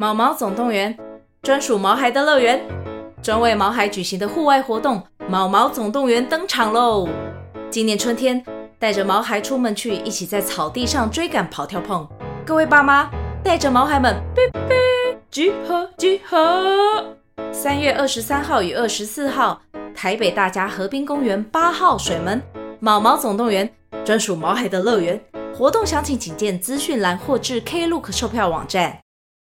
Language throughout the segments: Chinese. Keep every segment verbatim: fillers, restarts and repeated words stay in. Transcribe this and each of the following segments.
毛毛总动员，专属毛孩的乐园，专为毛孩举行的户外活动毛毛总动员登场喽！今年春天，带着毛孩出门去，一起在草地上追赶跑跳碰。各位爸妈，带着毛孩们，哔哔，集合集合！三月二十三号与二十四号，台北大家河滨公园八号水门毛毛总动员，专属毛孩的乐园。活动详情请见资讯栏或至 Klook 售票网站。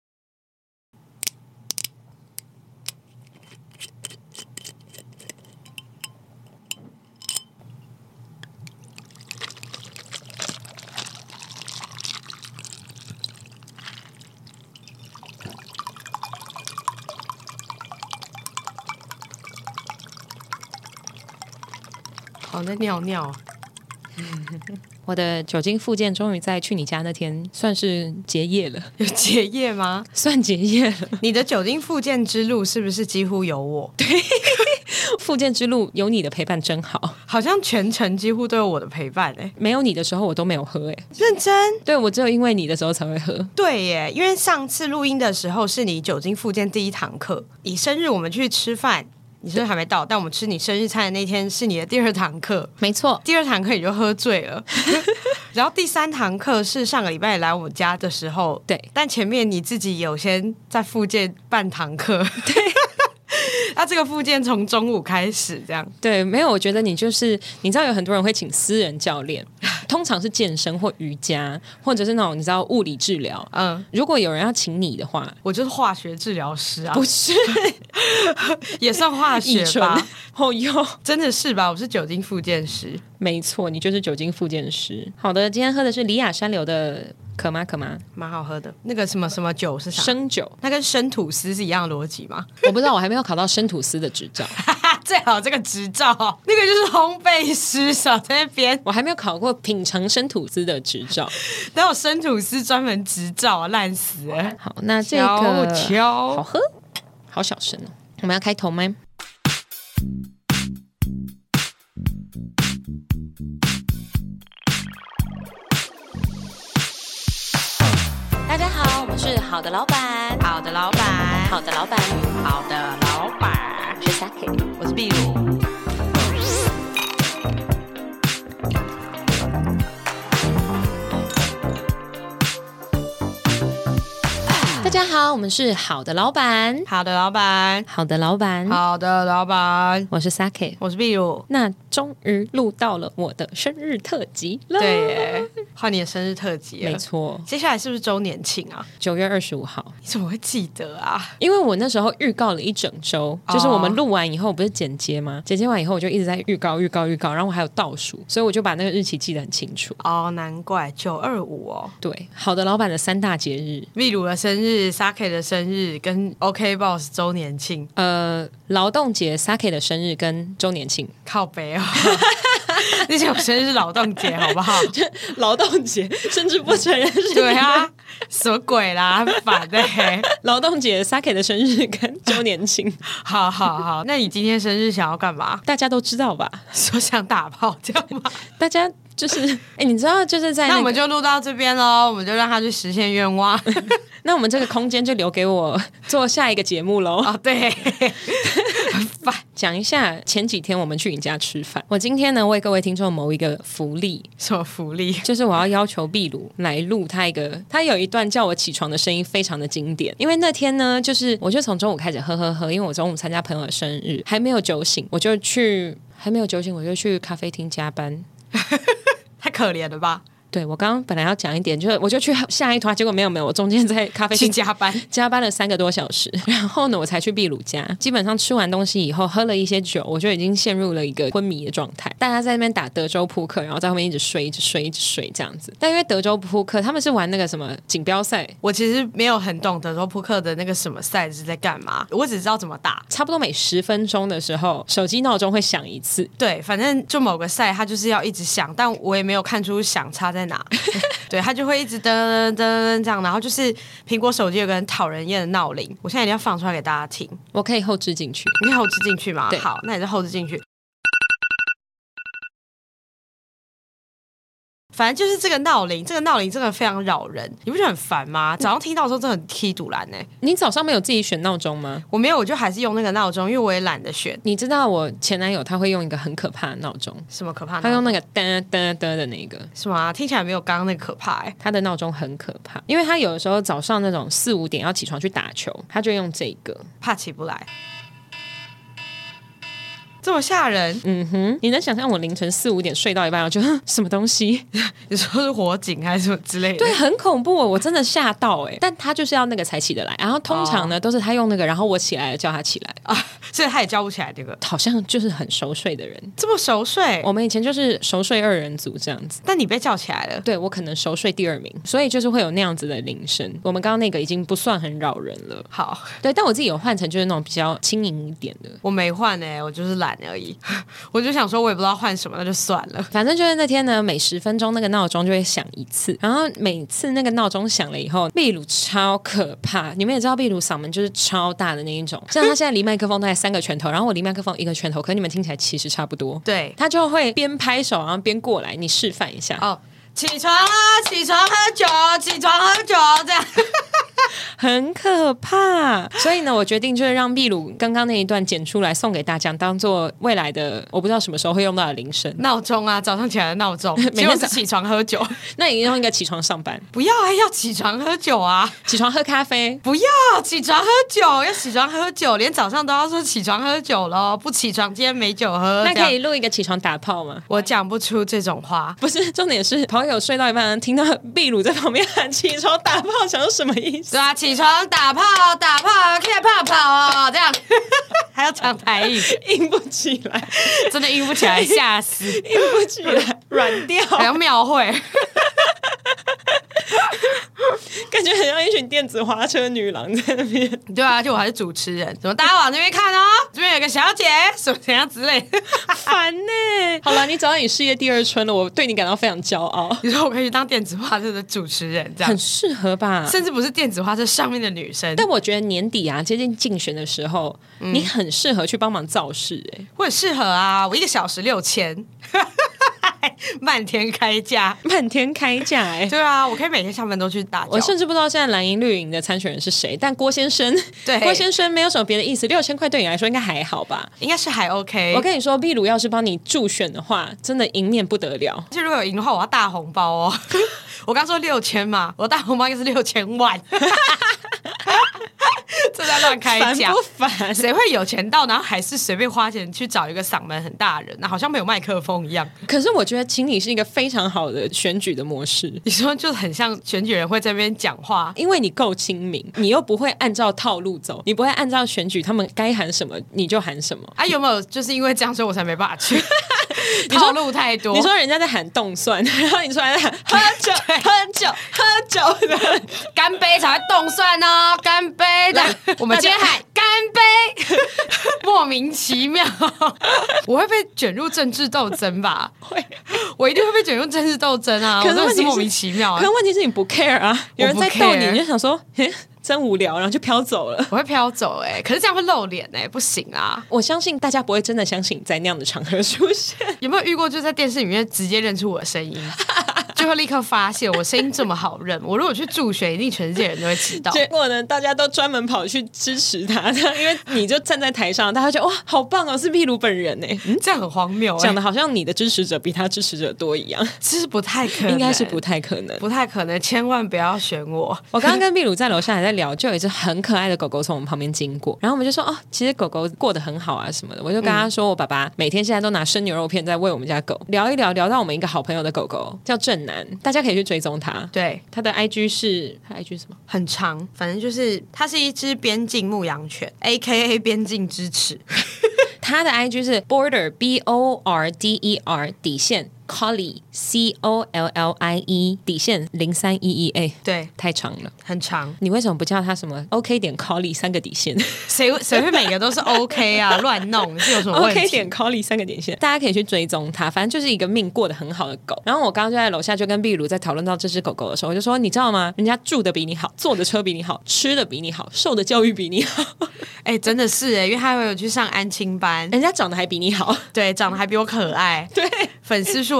好在尿尿。 我的酒精复健终于在去你家那天算是结业了。 有结业吗？ 算结业了。 你的酒精复健之路是不是几乎有我？ 对，复健之路有你的陪伴真好， 好像全程几乎都有我的陪伴欸。 没有你的时候我都没有喝欸。 认真？ 对，我只有因为你的时候才会喝。 对耶，因为上次录音的时候是你酒精复健第一堂课，你生日我们去吃饭，你生日还没到，但我们吃你生日餐的那天是你的第二堂课。 没错， 第二堂课你就喝醉了。然后第三堂课是上个礼拜来我们家的时候， 对， 但前面你自己有先在复健半堂课。对。那这个复健从中午开始这样。 对，没有，我觉得你就是你知道有很多人会请私人教练，通常是健身或瑜伽或者是那种你知道物理治疗。嗯，如果有人要请你的话， 我就是化学治疗师啊。 不是。 也算化学吧。 哦哟， 真的是吧？我是酒精复健师。 没错，你就是酒精复健师。好的，今天喝的是里亚山流的可吗可吗，蛮好喝的。那个什么什么酒是啥？ 生酒。 那跟生吐司是一样的逻辑吗？ 我不知道，我还没有考到生吐司的执照。 最好这个执照，那个就是烘焙师少在那边。 我还没有考过品尝生吐司的执照。 哪有生吐司专门执照啊？烂死了。 好，那这个好喝，好小声哦。我们要开头吗？大家好，我们是好的老板， 好的老板， 好的老板， 好的老板。 我是 Saki， 我是秘鲁。 大家好，我们是好的老板， 好的老板， 好的老板， 好的老板。 我是 Saki， 我是秘鲁。 那终于录到了我的生日特辑了。 对耶，换你的生日特辑了。 没错。 接下来是不是周年庆啊？ 九月二十五号。 你怎么会记得啊？ 因为我那时候预告了一整周，就是我们录完以后不是剪接吗？剪接完以后我就一直在预告预告预告，然后我还有倒数，所以我就把那个日期记得很清楚。 哦，难怪九二五哦。 对，好的老板的三大节日， 秘鲁的生日、Saki 的生日跟 OK Boss 周年庆。 呃，劳动节 Saki 的生日跟周年庆。 靠北哦。那天我生日是劳动节好不好？ 劳动节甚至不承认是。 对啊，什么鬼啦，很烦欸。 劳动节 Saki 的生日跟周年庆。 好好好，那你今天生日想要干嘛？ 大家都知道吧？ 说想打炮这样吗？ 大家就是哎、欸，你知道就是在、那個、 那我们就录到这边咯，我们就让他去实现愿望。 那我们这个空间就留给我做下一个节目咯。 哦，对。很烦。 讲一下前几天我们去你家吃饭，我今天呢为各位听众谋一个福利。 什么福利？ 就是我要要求秘鲁来录他一个，他有一段叫我起床的声音非常的经典。因为那天呢就是我就从中午开始喝喝喝，因为我中午参加朋友的生日，还没有酒醒，我就去还没有酒醒我就去咖啡厅加班。 太可怜了吧。 对，我刚刚本来要讲一点，就是我就去下一团，结果没有没有，我中间在咖啡厅加班， 加班了三个多小时，然后呢，我才去秘鲁家。基本上吃完东西以后，喝了一些酒，我就已经陷入了一个昏迷的状态。大家在那边打德州扑克，然后在后面一直睡，一直睡，一直睡这样子。但因为德州扑克他们是玩那个什么锦标赛， 我其实没有很懂德州扑克的那个什么赛是在干嘛，我只知道怎么打。 差不多每十分钟的时候，手机闹钟会响一次。 对，反正就某个赛，它就是要一直响，但我也没有看出响差在哪。对，它就会一直噔噔噔噔这样，然后就是苹果手机有个很讨人厌的闹铃，我现在一定要放出来给大家听。 我可以后置进去， 你可以后置进去吗？ 对， 好，那你就后置进去。 反正就是这个闹铃，这个闹铃真的非常扰人，你不觉得很烦吗？早上听到的时候真的很踢堵拦哎。 你早上没有自己选闹钟吗？ 我没有，我就还是用那个闹钟，因为我也懒得选。 你知道我前男友他会用一个很可怕的闹钟， 什么可怕的？ 他用那个噔噔噔的那个， 什么啊？听起来没有刚刚那个可怕哎、欸。 他的闹钟很可怕，因为他有的时候早上那种四五点要起床去打球，他就用这个， 怕起不来。这么吓人。 嗯哼，你能想象我凌晨四五点睡到一半，我就什么东西？ 你说是火警还是什么之类的？ 对，很恐怖，我真的吓到哎、欸！但他就是要那个才起得来，然后通常呢、哦、都是他用那个，然后我起来了叫他起来啊，所以他也叫不起来这个， 好像就是很熟睡的人， 这么熟睡。 我们以前就是熟睡二人组这样子， 但你被叫起来了， 对我可能熟睡第二名，所以就是会有那样子的铃声。我们刚刚那个已经不算很扰人了， 好， 对，但我自己有换成就是那种比较轻盈一点的， 我没换哎、欸，我就是懒而已。我就想说，我也不知道换什么，那就算了。 反正就是那天呢，每十分钟那个闹钟就会响一次，然后每次那个闹钟响了以后，秘鲁超可怕。你们也知道，秘鲁嗓门就是超大的那一种，像他现在离麦克风大概三个拳头，然后我离麦克风一个拳头，可是你们听起来其实差不多。 对， 他就会边拍手，然后边过来，你示范一下。 哦，起床啊，起床喝酒，起床喝酒，这样。 很可怕，所以呢，我决定就是让秘鲁刚刚那一段剪出来送给大家，当做未来的我不知道什么时候会用到的铃声闹钟啊，早上起来的闹钟， 每天是起床喝酒。 那你用一个起床上班， 不要啊，要起床喝酒啊， 起床喝咖啡， 不要起床喝酒，要起床喝酒，连早上都要说起床喝酒咯，不起床今天没酒喝。 那可以录一个起床打炮吗？ 我讲不出这种话， 不是，重点是朋友睡到一半，听到秘鲁在旁边喊起床打炮，想说什么意思？ 对啊，起床打炮，打炮，开泡泡哦，这样还要讲台语， 硬不起来， 真的硬不起来，吓死， 硬不起来，软掉， 还要庙会。 感觉很像一群电子花车女郎在那边。 对啊，就我还是主持人，怎么大家往那边看哦？这边有个小姐，什么怎样之类的， 烦呢、欸。好了，你找到你事业第二春了，我对你感到非常骄傲。 你说我可以当电子花车的主持人，这样很适合吧？ 甚至不是电子花车上面的女生。 但我觉得年底啊，接近竞选的时候，嗯、你很适合去帮忙造势哎、欸。 我很适合啊，我一个小时六千。漫天开价， 漫天开价哎、欸！ 对啊，我可以每天下班都去打。 我甚至不知道现在蓝营绿营的参选人是谁，但郭先生， 对， 郭先生没有什么别的意思，六千块对你来说应该还好吧？ 应该是还 OK。 我跟你说，秘鲁要是帮你助选的话，真的赢面不得了。 就如果有赢的话，我要大红包哦。我刚说六千嘛，我大红包应该是六千万。这在乱开价， 烦不烦？ 谁会有钱到，然后还是随便花钱去找一个嗓门很大的人，那好像没有麦克风一样。 可是我觉得请你是一个非常好的选举的模式。 你说就很像选举人会在那边讲话， 因为你够亲民，你又不会按照套路走，你不会按照选举他们该喊什么你就喊什么。 啊，有没有就是因为这样，所以我才没办法去？套路太多。 你说人家在喊动算，然后你出来在喊喝酒、喝酒、喝酒的， 干杯才会动算哦，干杯的。我们今天喊干杯，莫名其妙。我会被卷入政治斗争吧？会，我一定会被卷入政治斗争啊！可是我是莫名其妙、啊。 可是问题是你不 care 啊，有人在逗你，你就想说，真无聊，然后就飘走了。 我会飘走哎、欸，可是这样会露脸哎、欸，不行啊！ 我相信大家不会真的相信你在那样的场合出现。 有没有遇过就在电视里面直接认出我的声音？就会立刻发现我声音这么好认，我如果去助选，一定全世界人都会知道。 结果呢，大家都专门跑去支持他，因为你就站在台上，大家就哇，好棒哦，是秘鲁本人哎， 嗯，这样很荒谬、欸， 讲的好像你的支持者比他支持者多一样， 其实不太可能， 应该是不太可能， 不太可能，千万不要选我。 我刚刚跟秘鲁在楼下还在聊，就有一只很可爱的狗狗从我们旁边经过，然后我们就说哦，其实狗狗过得很好啊什么的，我就跟他说，我爸爸每天现在都拿生牛肉片在喂我们家狗，聊一聊，聊到我们一个好朋友的狗狗叫正南，大家可以去追踪他， 对， 他的 I G 是他 I G 是什么？ 很长，反正就是它是一只边境牧羊犬 ，A K A 边境之耻。 他的 I G 是 border B O R D E R 底线 collie C O L L I E 底线零三一一 A， 对， 太长了， 很长。 你为什么不叫他什么 OK 点 collie 三个底线？ 谁谁会每个都是 OK 啊？乱弄是有什么问题 ？OK 点 collie 三个点线，大家可以去追踪他，反正就是一个命过得很好的狗。然后我刚刚就在楼下就跟秘鲁在讨论到这只狗狗的时候，我就说你知道吗？人家住的比你好，坐的车比你好，吃的比你好，受的教育比你好。 哎、欸，真的是哎、欸，因为他会有去上安亲班， 人家长得还比你好， 对，长得还比我可爱， 对， 粉丝数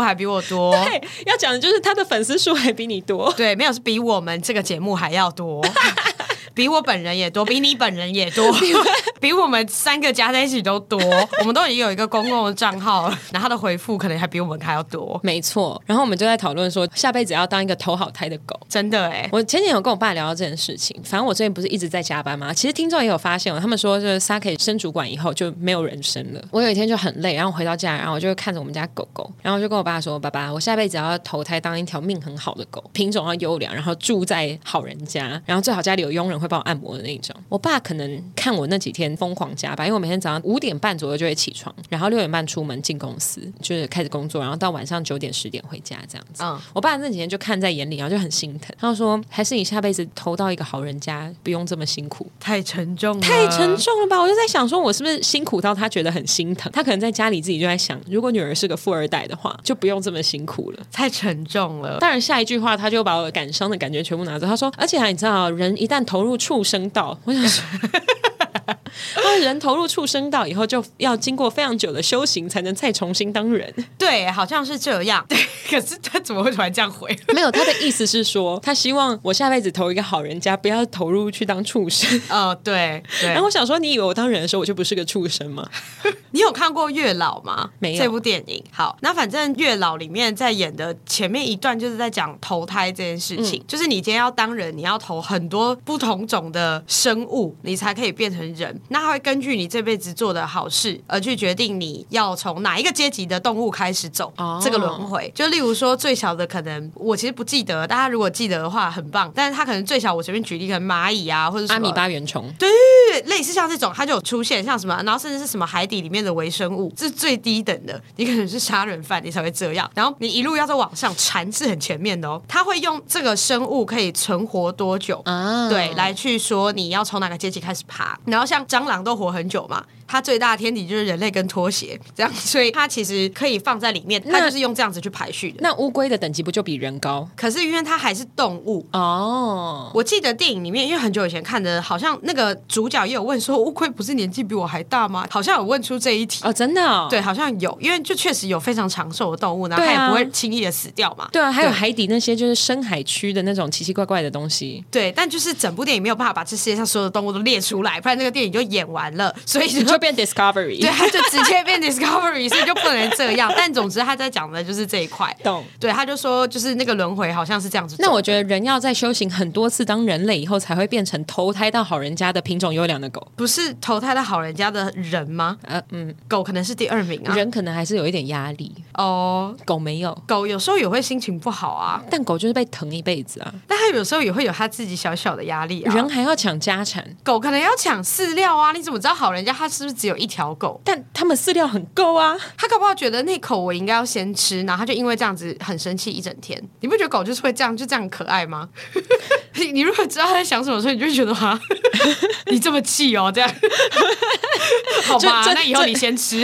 数还比我多。 对，要讲的就是他的粉丝数还比你多。 对，没有，是比我们这个节目还要多。比我本人也多，比你本人也多，比我们三个加在一起都多。我们都已经有一个公共的账号了，然后他的回复可能还比我们还要多。 没错，然后我们就在讨论说，下辈子要当一个投好胎的狗。 真的哎， 我前几天有跟我爸聊到这件事情。反正我最近不是一直在加班吗？其实听众也有发现，他们说就是 Saki 升主管以后就没有人生了。我有一天就很累，然后回到家，然后我就看着我们家狗狗，然后我就跟我爸说：“爸爸，我下辈子要投胎当一条命很好的狗，品种要优良，然后住在好人家，然后最好家里有佣人会帮我按摩的那种。”我爸可能看我那几天疯狂加班，因为我每天早上五点半左右就会起床，然后六点半出门进公司，就是开始工作，然后到晚上九点十点回家这样子。嗯，我爸那几天就看在眼里，然后就很心疼。他就说：“还是你下辈子投到一个好人家，不用这么辛苦。” 太沉重了， 太沉重了吧？我就在想说，我是不是辛苦到他觉得很心疼？他可能在家里自己就在想，如果女儿是个富二代的话，就不用这么辛苦了。 太沉重了。 当然，下一句话他就把我的感伤的感觉全部拿走。他说：“而且你知道，人一旦投入畜生道，我想说。”人投入畜生道以后，就要经过非常久的修行，才能再重新当人。 对，好像是这样。对，可是他怎么会突然这样回？ 没有，他的意思是说，他希望我下辈子投一个好人家，不要投入去当畜生。 哦，对对。 然后我想说，你以为我当人的时候，我就不是个畜生吗？ 你有看过《月老》吗？ 没有。 这部电影，好，那反正《月老》里面在演的前面一段，就是在讲投胎这件事情。嗯、就是你今天要当人，你要投很多不同种的生物，你才可以变成人。那他会根据你这辈子做的好事而去决定你要从哪一个阶级的动物开始走、哦、这个轮回。就例如说最小的可能我其实不记得，大家如果记得的话很棒，但是他可能最小我随便举例，可能蚂蚁啊，或者什么阿米巴原虫， 对，类似像这种它就有出现，像什么，然后甚至是什么海底里面的微生物，这是最低等的，你可能是杀人犯你才会这样，然后你一路要再往上，蝉是很前面的哦，他会用这个生物可以存活多久、啊、对，来去说你要从哪个阶级开始爬。然后像蟑螂都活很久嘛，它最大的天敌就是人类跟拖鞋，这样，所以它其实可以放在里面，它就是用这样子去排序的。 那乌龟的等级不就比人高？ 可是因为它还是动物哦。我记得电影里面，因为很久以前看的，好像那个主角也有问说，乌龟不是年纪比我还大吗？好像有问出这一题哦，真的、哦？ 对，好像有，因为就确实有非常长寿的动物，然后它也不会轻易的死掉嘛。 对啊，还有海底那些就是深海区的那种奇奇怪怪的东西。 对，但就是整部电影没有办法把这世界上所有的动物都列出来，不然那个电影就演完了，所以就就变 Discovery。 对，他就直接变 Discovery， 所以就不能这样。但总之他在讲的就是这一块。 懂。 对，他就说就是那个轮回好像是这样子。 那我觉得人要在修行很多次当人类以后，才会变成投胎到好人家的品种优良的狗。 不是投胎到好人家的人吗？呃嗯，狗可能是第二名啊。 人可能还是有一点压力哦。狗没有， 狗有时候也会心情不好啊。 但狗就是被疼一辈子啊。 但它有时候也会有它自己小小的压力啊。 人还要抢家产， 狗可能要抢饲料啊。你怎么知道好人家他是不是只有一条狗？ 但他们饲料很够啊。 他搞不好觉得那口我应该要先吃，然后他就因为这样子很生气一整天。你不觉得狗就是会这样，就这样可爱吗？你如果知道他在想什么时候，你就会觉得哈，你这么气哦，这样好吧，那以后你先吃。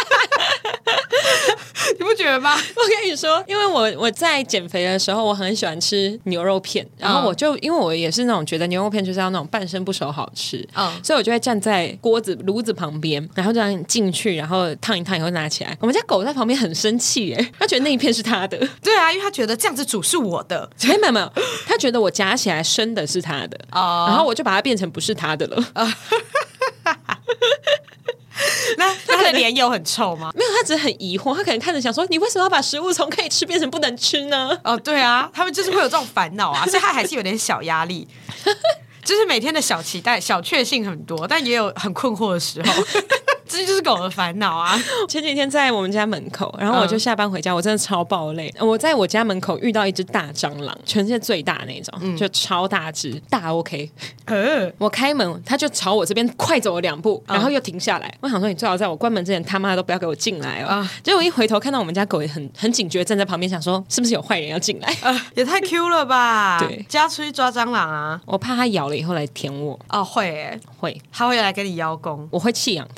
你不觉得吗？ 我跟你说，因为我我在减肥的时候，我很喜欢吃牛肉片，然后我就、嗯、因为我也是那种觉得牛肉片就是要那种半生不熟好吃，嗯，所以我就会站在锅子炉子旁边，然后这样进去，然后烫一烫以后拿起来。我们家狗在旁边很生气耶，他觉得那一片是他的。 对啊，因为他觉得这样子煮是我的。 没有没有，他觉得我夹起来生的是他的，哦、然后我就把它变成不是他的了。哦那他的脸有很臭吗？ 没有，他只是很疑惑，他可能看着想说，你为什么要把食物从可以吃变成不能吃呢？ 哦，对啊，他们就是会有这种烦恼啊，所以他还是有点小压力，就是每天的小期待、小确幸很多，但也有很困惑的时候。这就是狗的烦恼啊！ 前几天在我们家门口，然后我就下班回家，我真的超爆累。我在我家门口遇到一只大蟑螂，全世界最大那种，嗯、就超大只，大 OK。呃、我开门，它就朝我这边快走了两步，然后又停下来。嗯、我想说，你最好在我关门之前，他妈都不要给我进来哦！嗯、结果我一回头看到我们家狗也很很警觉，站在旁边，想说是不是有坏人要进来？ 呃、也太 Q 了吧！ 对， 叫它出去抓蟑螂啊！ 我怕它咬了以后来舔我。 哦，会耶， 会， 它会来跟你邀功。 我会弃养它。 我跟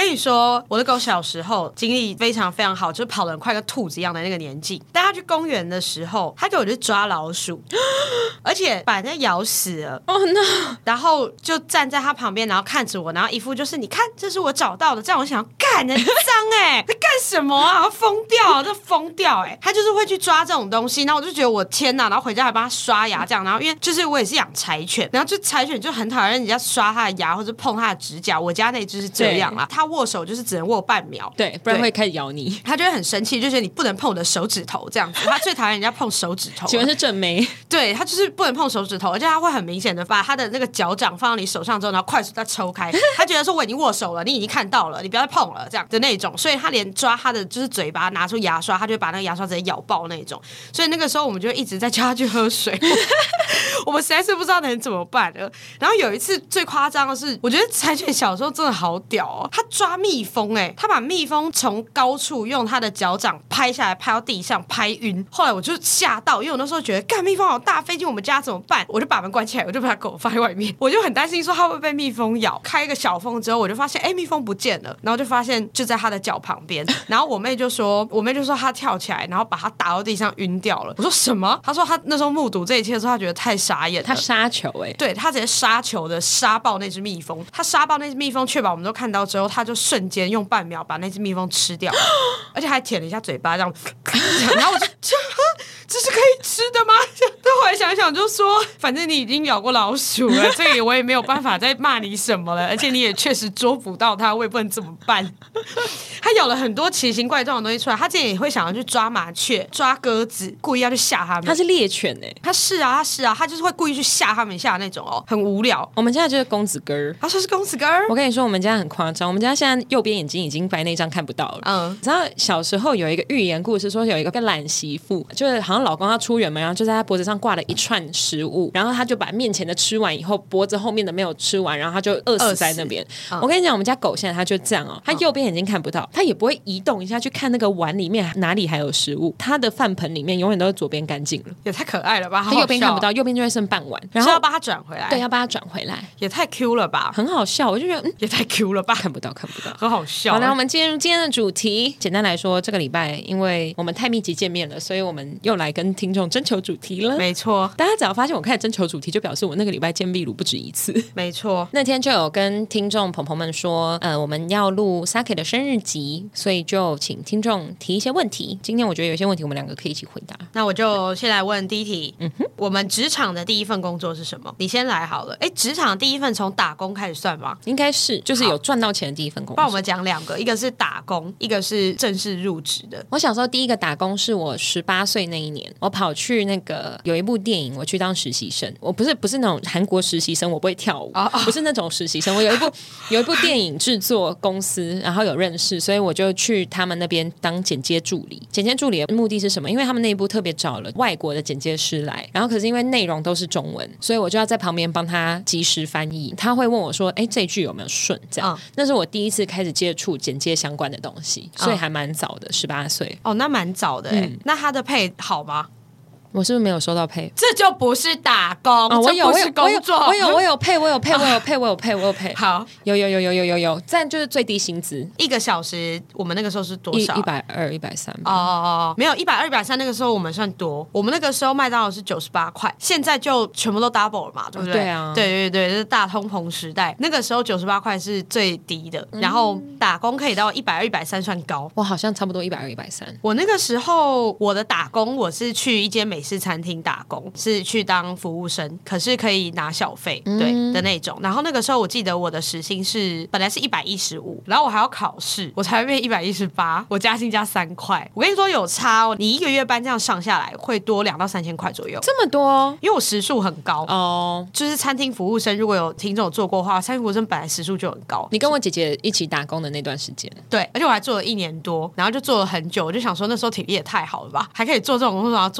跟你说，我的狗小时候经历非常非常好，就是跑得很快跟兔子一样的那个年纪。带它去公园的时候，它给我去抓老鼠，而且把人家咬死了。 哦、oh, no！ 然后就站在它旁边，然后看着我，然后一副就是你看，这是我找到的。这样我想要干，很脏哎、欸，在干什么啊？疯掉，这疯掉哎、欸！它就是会去抓这种东西，然后我就觉得我天哪，然后回家还帮它刷牙这样。然后因为就是我也是养柴犬，然后就柴犬就很讨厌人家刷它的牙或者碰它的指甲。我家那只是这样啦，它握手就是只能握半秒， 对，不然会开始咬你。 它就会很生气，就觉得你不能碰我的手指头这样子。它最讨厌人家碰手指头。 请问是正妹？ 对，它就是不能碰手指头，而且它会很明显的把它的那个脚掌放到你手上之后，然后快速再抽开。它觉得说我已经握手了，你已经看到了，你不要再碰了这样的那种。所以它连抓它的就是嘴巴拿出牙刷，它就会把那个牙刷直接咬爆那种。所以那个时候我们就一直在叫它去喝水。我们实在是不知道能怎么办了。然后有一次最夸张的是，我觉得柴犬小时候真的好屌哦，它抓蜜蜂哎、欸，它把蜜蜂从高处用它的脚掌拍下来，拍到地上，拍晕。后来我就吓到，因为我那时候觉得干蜜蜂好大，飞进我们家怎么办？我就把门关起来，我就把狗放在外面，我就很担心说它会被蜜蜂咬。开一个小缝之后，我就发现哎、欸，蜜蜂不见了，然后就发现就在它的脚旁边。然后我妹就说，我妹就说她跳起来，然后把它打到地上晕掉了。我说什么？她说她那时候目睹这一切的时候，她觉得太傻眼了。 她杀球哎、欸， 对，她直接杀球的杀爆那只蜜蜂。她杀爆那只蜜蜂，确保我们都看到之后，她就瞬间用半秒把那只蜜蜂吃掉，而且还舔了一下嘴巴，这样。然后我就这是可以吃的吗？但后来想想就说，反正你已经咬过老鼠了，这个我也没有办法再骂你什么了，而且你也确实捉不到它，我也不能怎么办。他咬了很多奇形怪状的东西出来，他之前也会想要去抓麻雀、抓鸽子，故意要去吓他们。 他是猎犬哎、欸， 他是啊，他是啊，他就是会故意去吓他们一下那种哦，很无聊。 我们家就是公子哥儿， 他说是公子哥儿。 我跟你说，我们家很夸张，我们家现在右边眼睛已经白内障看不到了。嗯，你知道小时候有一个寓言故事，说有一个懒媳妇，就是好像老公要出远门，然后就在他脖子上挂了一串食物，然后他就把面前的吃完以后，脖子后面的没有吃完，然后他就饿死在那边。嗯、我跟你讲，我们家狗现在它就这样哦，它右边眼睛看不到，它也不会移动一下去看那个碗里面哪里还有食物，它的饭盆里面永远都是左边干净了， 也太可爱了吧！ 它右边看不到，右边就会剩半碗，然后要把它转回来， 对，要把它转回来， 也太 Q 了吧， 很好笑，我就觉得嗯， 也太 Q 了吧， 看不到看不到， 很好笑。 好，那我们进入今天的主题。简单来说，这个礼拜因为我们太密集见面了，所以我们又来跟听众征求主题了。 没错， 大家只要发现我开始征求主题，就表示我那个礼拜见秘鲁不止一次。 没错， 那天就有跟听众朋友们说，呃，我们要录 Saki 的生日集，所以就请听众提一些问题。今天我觉得有些问题我们两个可以一起回答。 那我就先来问第一题，嗯哼，我们职场的第一份工作是什么？你先来好了。哎，职场的第一份从打工开始算吗？ 应该是，就是有赚到钱的第一份工作。 帮我们讲两个，一个是打工，一个是正式入职的。 我小时候第一个打工是我十八岁那一年，我跑去那个有一部电影，我去当实习生。我不是不是那种韩国实习生，我不会跳舞， oh, oh. 不是那种实习生。我有一部有一部电影制作公司，然后有认识，所以我就去他们那边当剪接助理。剪接助理的目的是什么？因为他们那一部特别找了外国的剪接师来，然后可是因为内容都是中文，所以我就要在旁边帮他及时翻译。他会问我说：“哎，这一句有没有顺？”这样， oh. 那是我第一次开始接触剪接相关的东西，所以还蛮早的，十八岁。 哦，那蛮早的哎、嗯。那他的配好吗？ 我是不是没有收到配？ 这就不是打工， 哦、我有， 这不是工作。 我有，我有配，我有配，我有配，我有配，我有配。 好， 有有有有有有有，这样就是最低薪资， 一个小时，我们那个时候是多少？ 一百二、一百三。 哦哦哦，没有一百二、一百三，那个时候我们算多。我们那个时候麦当劳是九十八块，现在就全部都 double 了嘛，对不对？ 对啊， 对对对，这是大通膨时代。那个时候九十八块是最低的，然后打工可以到一百二、一百三算高。 我好像差不多一百二、一百三。 我那个时候我的打工，我是去一间美式餐厅打。打工是去当服务生，可是可以拿小费、嗯、对的那种。然后那个时候我记得我的时薪是本来是一百一十五，然后我还要考试，我才会变一百一十八，我加薪加三块。我跟你说有差哦，你一个月班这样上下来会多两到三千块左右， 这么多？ 因为我时数很高哦。 就是餐厅服务生，如果有听众有做过的话，餐厅服务生本来时数就很高。 你跟我姐姐一起打工的那段时间， 对，而且我还做了一年多，然后就做了很久，我就想说那时候体力也太好了吧，还可以做这种工作，然后做超久。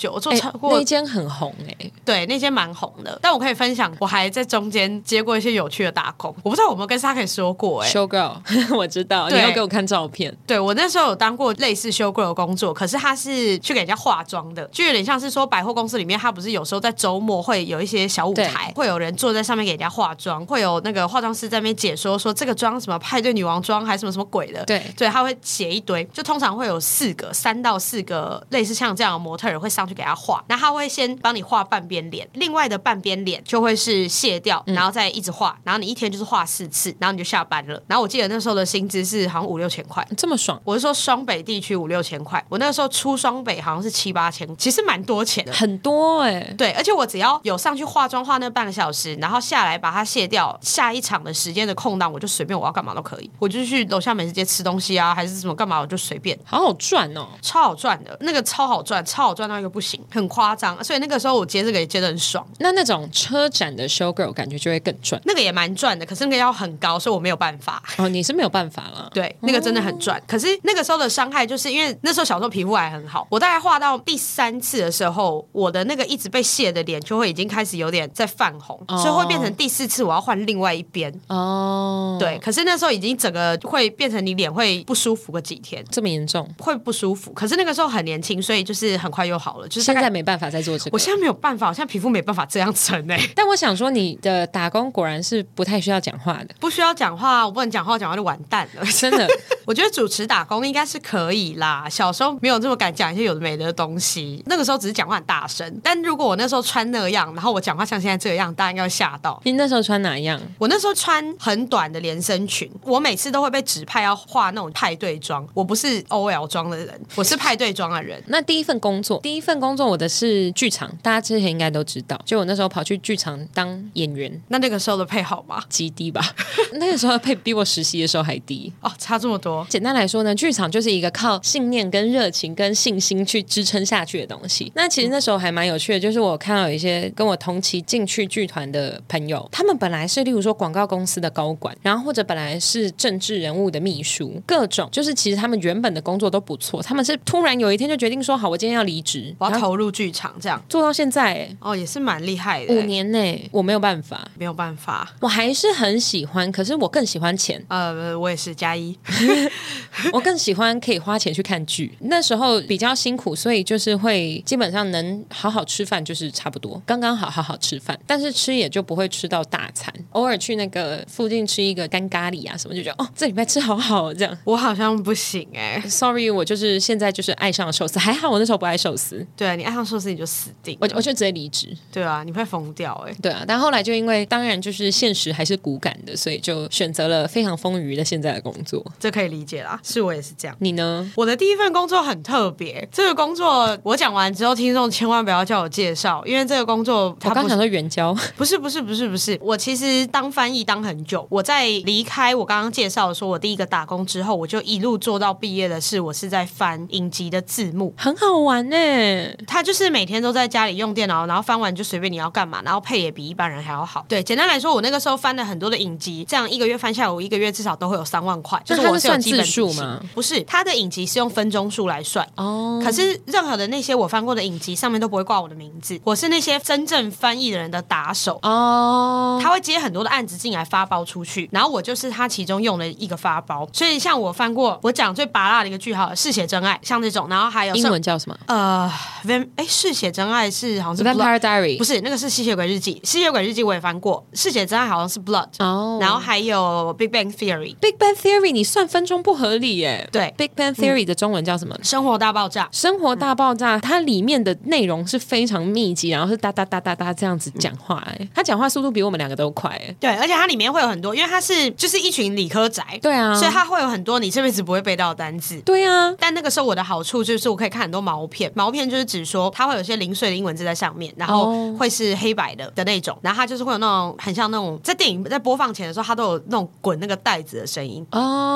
久，我做超过、 欸、那间很红哎、欸， 对，那间蛮红的。但我可以分享，我还在中间接过一些有趣的打工，我不知道我有没有跟沙可说过哎、欸。 Show girl， 我知道，你要给我看照片。 对，我那时候有当过类似 show girl 的工作，可是他是去给人家化妆的，就有点像是说百货公司里面，他不是有时候在周末会有一些小舞台，会有人坐在上面给人家化妆，会有那个化妆师在那边解说说这个妆什么派对女王妆还是什么什么鬼的。 对对，他会写一堆，就通常会有四个三到四个类似像这样的模特儿会上去给他画，那他会先帮你画半边脸，另外的半边脸就会是卸掉，然后再一直画，然后你一天就是画四次，然后你就下班了。然后我记得那时候的薪资是好像五六千块， 这么爽。 我是说双北地区五六千块，我那个时候出双北好像是七八千，其实蛮多钱的， 很多哎、欸。 对，而且我只要有上去化妆化那半个小时，然后下来把它卸掉，下一场的时间的空档我就随便我要干嘛都可以，我就去楼下美食街吃东西啊，还是什么干嘛我就随便， 好好赚哦， 超好赚的，那个超好赚，超好赚到一个不行，很夸张，所以那个时候我接这个也接得很爽。 那那种车展的 show girl 感觉就会更赚， 那个也蛮赚的，可是那个要很高，所以我没有办法。 哦，你是没有办法了。 对，那个真的很赚、哦。可是那个时候的伤害，就是因为那时候小时候皮肤还很好，我大概画到第三次的时候，我的那个一直被卸的脸就会已经开始有点在泛红，哦、所以会变成第四次我要换另外一边。哦，对，可是那时候已经整个会变成你脸会不舒服个几天， 这么严重？ 会不舒服。可是那个时候很年轻，所以就是很快又好了。就是现在没办法再做这个， 我现在没有办法，我现在皮肤没办法这样撑哎、欸。 但我想说，你的打工果然是不太需要讲话的， 不需要讲话，我不能讲话，讲话就完蛋了， 真的。 我觉得主持打工应该是可以啦，小时候没有这么敢讲一些有的没的东西，那个时候只是讲话很大声。但如果我那时候穿那样，然后我讲话像现在这个样，大家应该会吓到。 你那时候穿哪样？ 我那时候穿很短的连身裙，我每次都会被指派要化那种派对妆，我不是 O L 妆的人，我是派对妆的人。 那第一份工作，第一份工作我的是剧场，大家之前应该都知道，就我那时候跑去剧场当演员。 那那个时候的配好吗？ 极低吧，那个时候配比我实习的时候还低哦，差这么多。 简单来说呢，剧场就是一个靠信念跟热情跟信心去支撑下去的东西。那其实那时候还蛮有趣的，就是我看到有一些跟我同期进去剧团的朋友，他们本来是例如说广告公司的高管，然后或者本来是政治人物的秘书，各种就是其实他们原本的工作都不错，他们是突然有一天就决定说好，我今天要离职， 我要投入剧场，这样做到现在、欸、 哦，也是蛮厉害的、欸， 五年内、欸、我没有办法， 没有办法， 我还是很喜欢，可是我更喜欢钱。 呃，我也是加一， 我更喜欢可以花钱去看剧。那时候比较辛苦，所以就是会基本上能好好吃饭，就是差不多刚刚好好好吃饭，但是吃也就不会吃到大餐，偶尔去那个附近吃一个干咖喱啊什么，就觉得哦，这礼拜吃好好这样。 我好像不行哎、欸、 ，sorry， 我就是现在就是爱上了寿司，还好我那时候不爱寿司。 对啊，你爱上寿司你就死定了， 我我就直接离职。 对啊，你会疯掉哎、欸。 对啊，但后来就因为当然就是现实还是骨感的，所以就选择了非常丰腴的现在的工作。 这可以理解啦，是我也是这样。 你呢？ 我的第一份工作很特别，这个工作我讲完之后，听众千万不要叫我介绍，因为这个工作我刚想说援交， 不是不是不是不是，我其实当翻译当很久。我在离开我刚刚介绍的说我第一个打工之后，我就一路做到毕业的是，我是在翻影集的字幕， 很好玩耶。 他就是每天都在家里用电脑，然后翻完就随便你要干嘛，然后配也比一般人还要好。对，简单来说，我那个时候翻了很多的影集，这样一个月翻下来，我一个月至少都会有三万块。就是我是有基本字数吗？ 不是，他的影集是用分钟数来算哦。可是任何的那些我翻过的影集上面都不会挂我的名字，我是那些真正翻译的人的打手哦。他会接很多的案子进来发包出去，然后我就是他其中用的一个发包。所以像我翻过，我讲最拔辣的一个句号，嗜血真爱，像这种，然后还有英文叫什么？ 呃，哎，嗜血真爱是好像是 Vampire Diary， 不是，那个是吸血鬼日记。吸血鬼日记我也翻过，嗜血真爱好像是 Blood 哦。然后还有 Big Bang Theory。Big Bang Theory 你算分钟不合理耶。 对 ，Big Bang Theory 的中文叫什么？ 生活大爆炸。 生活大爆炸，它里面的内容是非常密集，然后是哒哒哒哒哒这样子讲话，哎，他讲话速度比我们两个都快，哎。 对，而且它里面会有很多，因为它是就是一群理科宅， 对啊， 所以它会有很多你这辈子不会背到的单字。 对啊， 但那个时候我的好处就是我可以看很多毛片，毛片就是指说它会有些零碎的英文字在上面，然后会是黑白的的那种，然后它就是会有那种很像那种在电影在播放前的时候，它都有那种滚那个带子的声音。哦，对，我就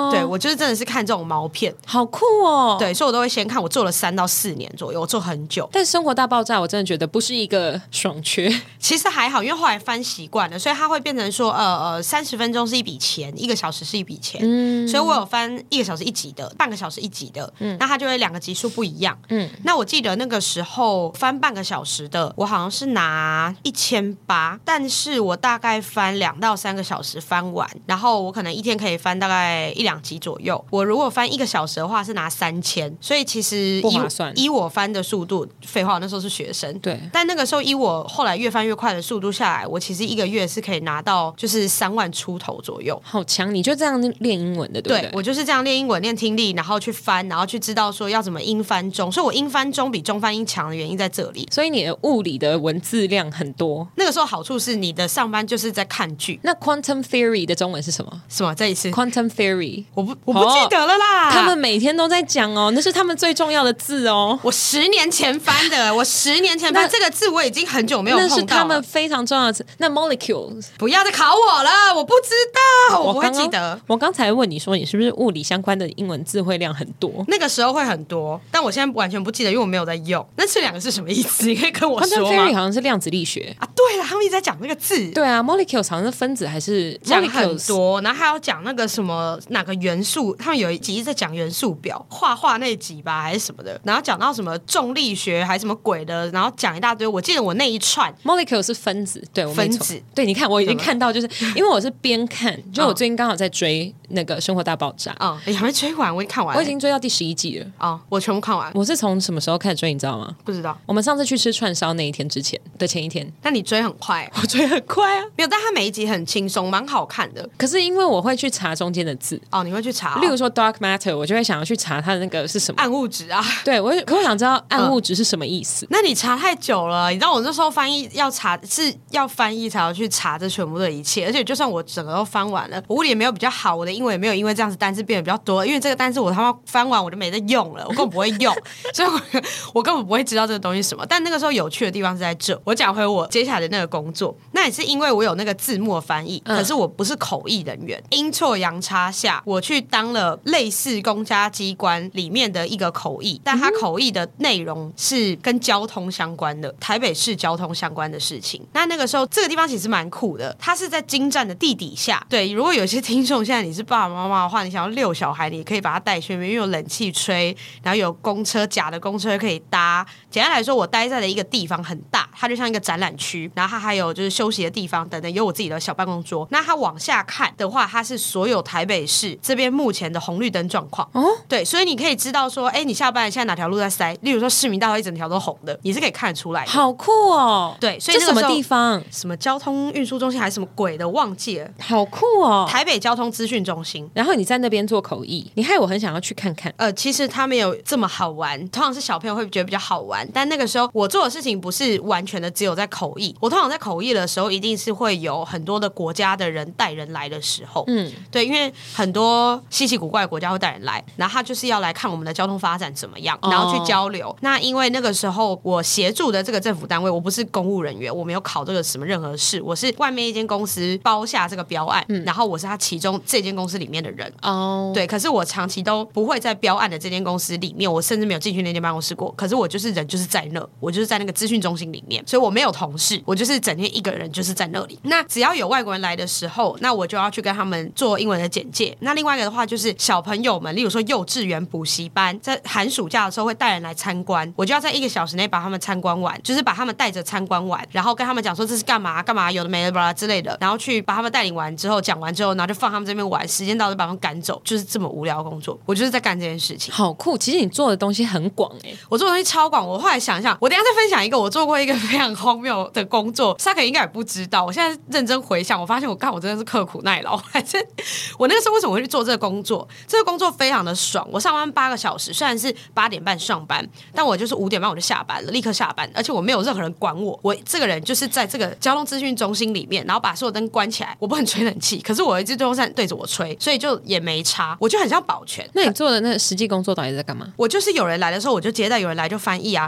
就是真的是看这种毛片， 好酷哦。 对，所以我都会先看，我做了三到四年左右，我做很久。 但生活大爆炸我真的觉得不是一个爽缺， 其实还好，因为后来翻习惯了，所以它会变成说呃呃三十分钟是一笔钱，一个小时是一笔钱，嗯，所以我有翻一个小时一集的，半个小时一集的，嗯，那它就会两个集数不一样，嗯，那我记得那个时候翻半个小时的，我好像是拿一千八，但是我大概翻两到三个小时翻完，然后我可能一天可以翻大概一两集左右。我如果翻一个小时的话是拿三千，所以其实不划算。 以我翻的速度，废话，我那时候是学生， 对， 但那个时候以我后来越翻越快的速度下来，我其实一个月是可以拿到就是三万出头左右。 好强！你就这样练英文的，对不对？ 对，我就是这样练英文、练听力，然后去翻，然后去知道说要怎么英翻中。所以我英翻中比中翻英强的原因在这里。 所以你的物理的文字量很多。 那个时候好处是你的上班就是在看剧。 那 quantum theory 的中文是什么？ 什么？这一次 quantum theory 我不我不记得了啦、 哦。他们每天都在讲哦，那是他们最重要的字哦。 我十年前翻的，我十年前翻这个字我已经很久没有碰到了。 那是他们非常重要的字。那 molecules 不要再考我了，我不知道，我不会记得。 我刚才问你说你是不是物理相关的英文字汇量很多？ 那个时候会很多，但我现在完全不记得，因为我没有在用。那这两个是什么意思？你可以跟我说吗 ？quantum theory 好像是量子力学啊，对了，他们一直在讲那个字。 对啊 ，molecules 好像是分子还是讲很多，然后还要讲那个什么哪个元素，他们有一集在讲元素表，画画那一集吧还是什么的，然后讲到什么重力学还是什么鬼的，然后讲一大堆。我记得我那一串 molecule 是分子，对，我分子。 对，你看我已经看到，就是因为我是边看，就我最近刚好在追那个《生活大爆炸》 啊、嗯，你还没追完，我已经看完了， 我已经追到第十一季了啊、嗯，我全部看完。 我是从什么时候开始追，你知道吗？ 不知道。 我们上次去吃串烧那一天之前的前一天。 那你追很快， 我追很快啊， 没有，但它每一集很轻松，蛮好看的。 可是因为我会去查中间的字哦，你会去查、哦， 例如说 dark matter， 我就会想要去查它的那个是什么暗物质啊。 对，我可我想知道暗物质是什么意思、嗯。 那你查太久了，你知道我那时候翻译要查是要翻译才要去查这全部的一切，而且就算我整个都翻完了，我物理也没有比较好，我的英文也没有因为这样子单字变得比较多，因为这个单字我他妈翻完我就没在用了，我根本不会用，所以我我根本不会知道这个东西是什么。但那个时候有趣的地方是在这。我讲回我接下来的那个工作，那也是因为我有那个字幕翻译，可是我不是口译人员，阴错阳差下，我去当了类似公家机关里面的一个口译，但它口译的内容是跟交通相关的，台北市交通相关的事情。那那个时候这个地方其实蛮酷的，它是在京站的地底下。对，如果有些听众现在你是爸爸妈妈的话，你想要遛小孩，你可以把它带去那边，因为有冷气吹，然后有公车，假的公车可以搭。简单来说，我待在的一个地方很大，它就像一个展览区，然后它还有就是休息的地方等等，有我自己的小办公桌。那它往下看的话，它是所有台北市这边目前的红绿灯状况。哦，对，所以你可以知道说，哎，你下班现在哪条路在塞？例如说市民大道一整条都红的，你是可以看得出来的。 好酷哦！ 对，所以那个这什么地方？ 什么交通运输中心还是什么鬼的，忘记了。 好酷哦！ 台北交通资讯中心。 然后你在那边做口译，你害我很想要去看看。 呃，其实它没有这么好玩，通常是小朋友会觉得比较好玩。但那个时候我做的事情不是完全的只有在口译，我通常在口译的时候，一定是会有很多的国家的人带人来的时候。嗯，对，因为很多稀奇古怪的国家会带人来，然后他就是要来看我们的交通发展怎么样，然后去交流。哦、那因为那个时候我协助的这个政府单位，我不是公务人员，我没有考这个什么任何事，我是外面一间公司包下这个标案，嗯、然后我是他其中这间公司里面的人。哦，对，可是我长期都不会在标案的这间公司里面，我甚至没有进去那间办公室过。可是我就是人就是在那，我就是在那个资讯中心里面，所以我没有同事，我就是整天一个人就是在那里。那只要有外国人来的时候，那我就要去跟他们做英文的简介。那另外一个的话就是小朋友们，例如说幼稚园补习班，在寒暑假的时候会带人来参观，我就要在一个小时内把他们参观完，就是把他们带着参观完，然后跟他们讲说这是干嘛干嘛，有的没的吧之类的，然后去把他们带领完之后，讲完之后，然后就放他们这边玩，时间到就把他们赶走，就是这么无聊的工作。我就是在干这件事情。 好酷！其实你做的东西很广哎、欸， 我做的东西超广。我后来想一想，我等一下再分享一个我做过一个非常荒谬的工作，沙可应该也不知道。我现在认真回想，我发现我干我真的是刻苦耐劳。反正我那个时候为什么会去做这个工作？这个工作非常的爽。我上班八个小时，虽然是八点半上班，但我就是五点半我就下班了，立刻下班，而且我没有任何人管我。我这个人就是在这个交通资讯中心里面，然后把所有灯关起来。我不能吹冷气，可是我一直电风扇对着我吹，所以就也没差。我就很像保全。 那你做的那实际工作到底在干嘛？ 我就是有人来的时候，我就接待有人来就翻译啊。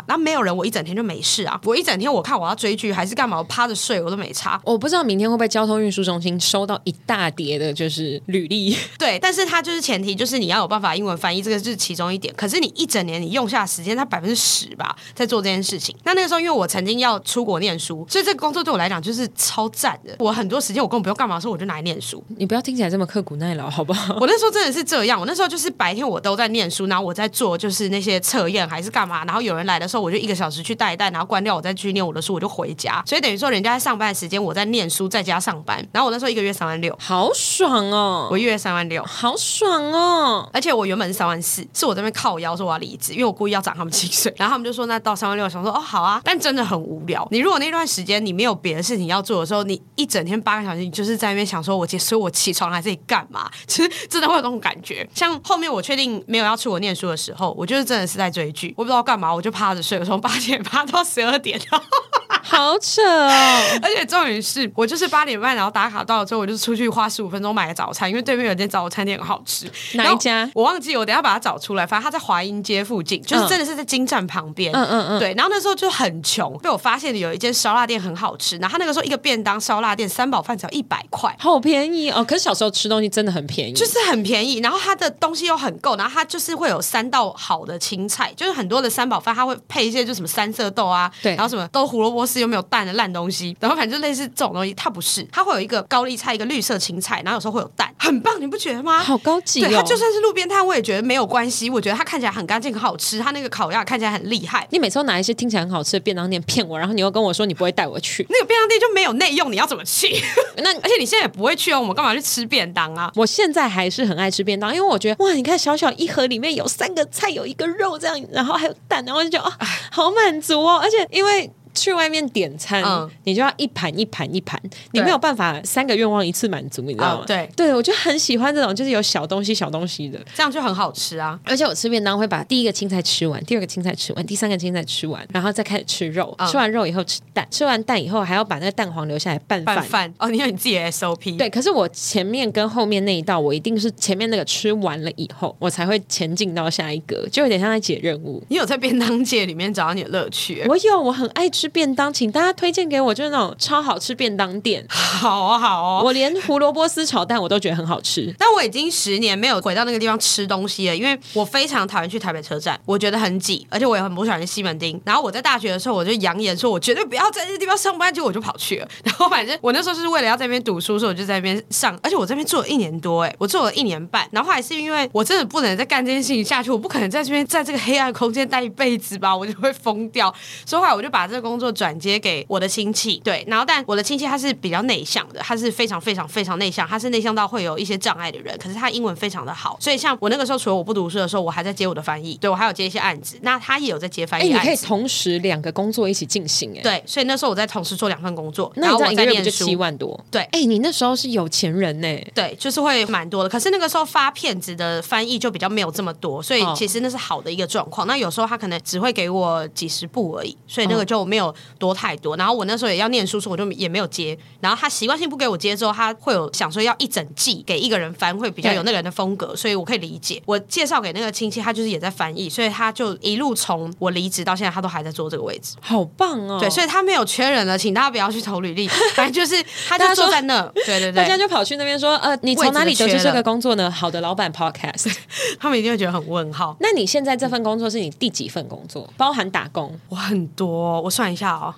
家，然后没有人，我一整天就没事啊。我一整天我看我要追剧还是干嘛，我趴着睡我都没差。 我不知道明天会不会交通运输中心收到一大叠的就是履历。 对，但是它就是前提就是你要有办法英文翻译，这个是其中一点。可是你一整年你用下时间，它百分之十吧在做这件事情。那那个时候因为我曾经要出国念书，所以这个工作对我来讲就是超赞的。我很多时间我根本不用干嘛的时候，我就拿来念书。 你不要听起来这么刻苦耐劳好不好？ 我那时候真的是这样，我那时候就是白天我都在念书，然后我在做就是那些测验还是干嘛，然后有人来的时候我就一个小时去带一带，然后关掉我再去念我的书，我就回家。所以等于说人家在上班的时间我在念书，在家上班。然后我那时候一个月三万六， 好爽哦！ 我一月三万六， 好爽哦！ 而且我原本是三万四，是我这边靠腰说我要离职，因为我故意要涨他们薪水，然后他们就说那到三万六，想说哦好啊，但真的很无聊。你如果那段时间你没有别的事情要做的时候，你一整天八个小时，你就是在那边想说我所以我起床来这里干嘛？其实真的会有这种感觉。像后面我确定没有要出国念书的时候，我就是真的是在追剧，我不知道干嘛，我就趴着睡，我从八点趴到十二点。 好扯哦！ 而且重点是我就是八点半，然后打卡到了之后，我就出去花十五分钟买个早餐，因为对面有间早餐店很好吃。 哪一家？ 我忘记，我等一下把它找出来。反正它在华阴街附近，就是真的是在金站旁边。嗯嗯嗯。对，然后那时候就很穷，被我发现有一间烧腊店很好吃。然后他那个时候一个便当烧腊店三宝饭只要一百块， 好便宜哦！可是小时候吃东西真的很便宜， 就是很便宜。然后它的东西又很够，然后它就是会有三道好的青菜，就是很多的三宝饭，它会配一些就什么三色豆啊，对，然后什么都胡萝卜丝又没有蛋的烂东西，然后反正就类似这种东西，它不是，它会有一个高丽菜，一个绿色青菜，然后有时候会有蛋，很棒，你不觉得吗？ 好高级哦！ 对，它就算是路边摊，我也觉得没有关系。我觉得它看起来很干净，很好吃，它那个烤鸭看起来很厉害。 你每次都拿一些听起来很好吃的便当店骗我，然后你又跟我说你不会带我去， 那个便当店就没有内用，你要怎么去？ 那而且你现在也不会去哦，我们干嘛去吃便当啊？ 我现在还是很爱吃便当，因为我觉得哇，你看小小一盒里面有三个菜，有一个肉这样，然后还有蛋，然后就觉得哦，好满足哦。而且因为去外面点餐、嗯、你就要一盘一盘一盘，你没有办法三个愿望一次满足，你知道吗？ 嗯、对对，我就很喜欢这种就是有小东西小东西的， 这样就很好吃啊。 而且我吃便当会把第一个青菜吃完，第二个青菜吃完，第三个青菜吃完，然后再开始吃肉、嗯、吃完肉以后吃蛋，吃完蛋以后还要把那个蛋黄留下来拌饭。 拌饭哦，你有你自己的 S O P。 对，可是我前面跟后面那一道我一定是前面那个吃完了以后我才会前进到下一个，就有点像在解任务。 你有在便当界里面找到你的乐趣？ 我有，我很爱吃便当，请大家推荐给我，就是那种超好吃便当店。 好啊好啊， 我连胡萝卜丝炒蛋我都觉得很好吃。 但我已经十年没有回到那个地方吃东西了，因为我非常讨厌去台北车站，我觉得很挤，而且我也很不喜欢西门町。然后我在大学的时候我就扬言说我绝对不要在这个地方上班，结果我就跑去了。然后反正我那时候就是为了要在那边读书，所以我就在那边上，而且我这边做了一年多，哎，我做了一年半。然后后来是因为我真的不能再干这件事情下去，我不可能在这边在这个黑暗空间待一辈子吧，我就会疯掉。所以后来我就把这个工作转接给我的亲戚，对，然后但我的亲戚他是比较内向的，他是非常非常非常内向，他是内向到会有一些障碍的人，可是他英文非常的好，所以像我那个时候除了我不读书的时候，我还在接我的翻译，对，我还有接一些案子，那他也有在接翻译案子。 哎，你可以同时两个工作一起进行，哎， 对，所以那时候我在同时做两份工作， 那你这样一个月不就七万多？ 对， 哎，你那时候是有钱人呢， 对，就是会蛮多的。可是那个时候发片子的翻译就比较没有这么多，所以其实那是好的一个状况。那有时候他可能只会给我几十部而已，所以那个就没有多太多。然后我那时候也要念书，所以我就也没有接。然后他习惯性不给我接之后，他会有想说要一整季给一个人翻，会比较有那个人的风格，所以我可以理解。我介绍给那个亲戚，他就是也在翻译，所以他就一路从我离职到现在，他都还在做这个位置， 好棒哦！ 对，所以他没有缺人了，请大家不要去投履历，反正就是他就坐在那，对对对， 大家就跑去那边说，呃，你从哪里得知这个工作呢？好的老板 podcast， 他们一定会觉得很问号。 那你现在这份工作是你第几份工作？包含打工？ 我很多，我算一下哦。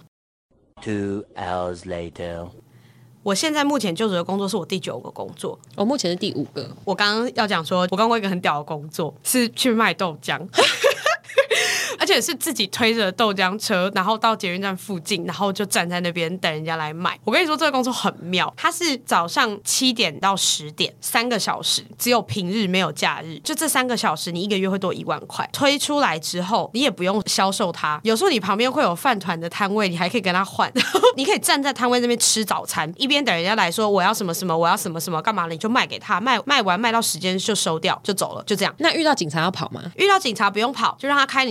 Two hours later， 我现在目前就职的工作是我第九个工作， 我目前是第五个。 我刚刚要讲说，我刚过一个很屌的工作，是去卖豆浆。而且是自己推着豆浆车，然后到捷运站附近，然后就站在那边等人家来买。我跟你说，这个工作很妙，它是早上七点到十点，三个小时，只有平日没有假日，就这三个小时，你一个月会多一万块。推出来之后，你也不用销售它，有时候你旁边会有饭团的摊位，你还可以跟他换，然后你可以站在摊位那边吃早餐，一边等人家来说我要什么什么，我要什么什么，干嘛了你就卖给他，卖卖完卖到时间就收掉就走了，就这样。 那遇到警察要跑吗？ 遇到警察不用跑，就让他开你今天就提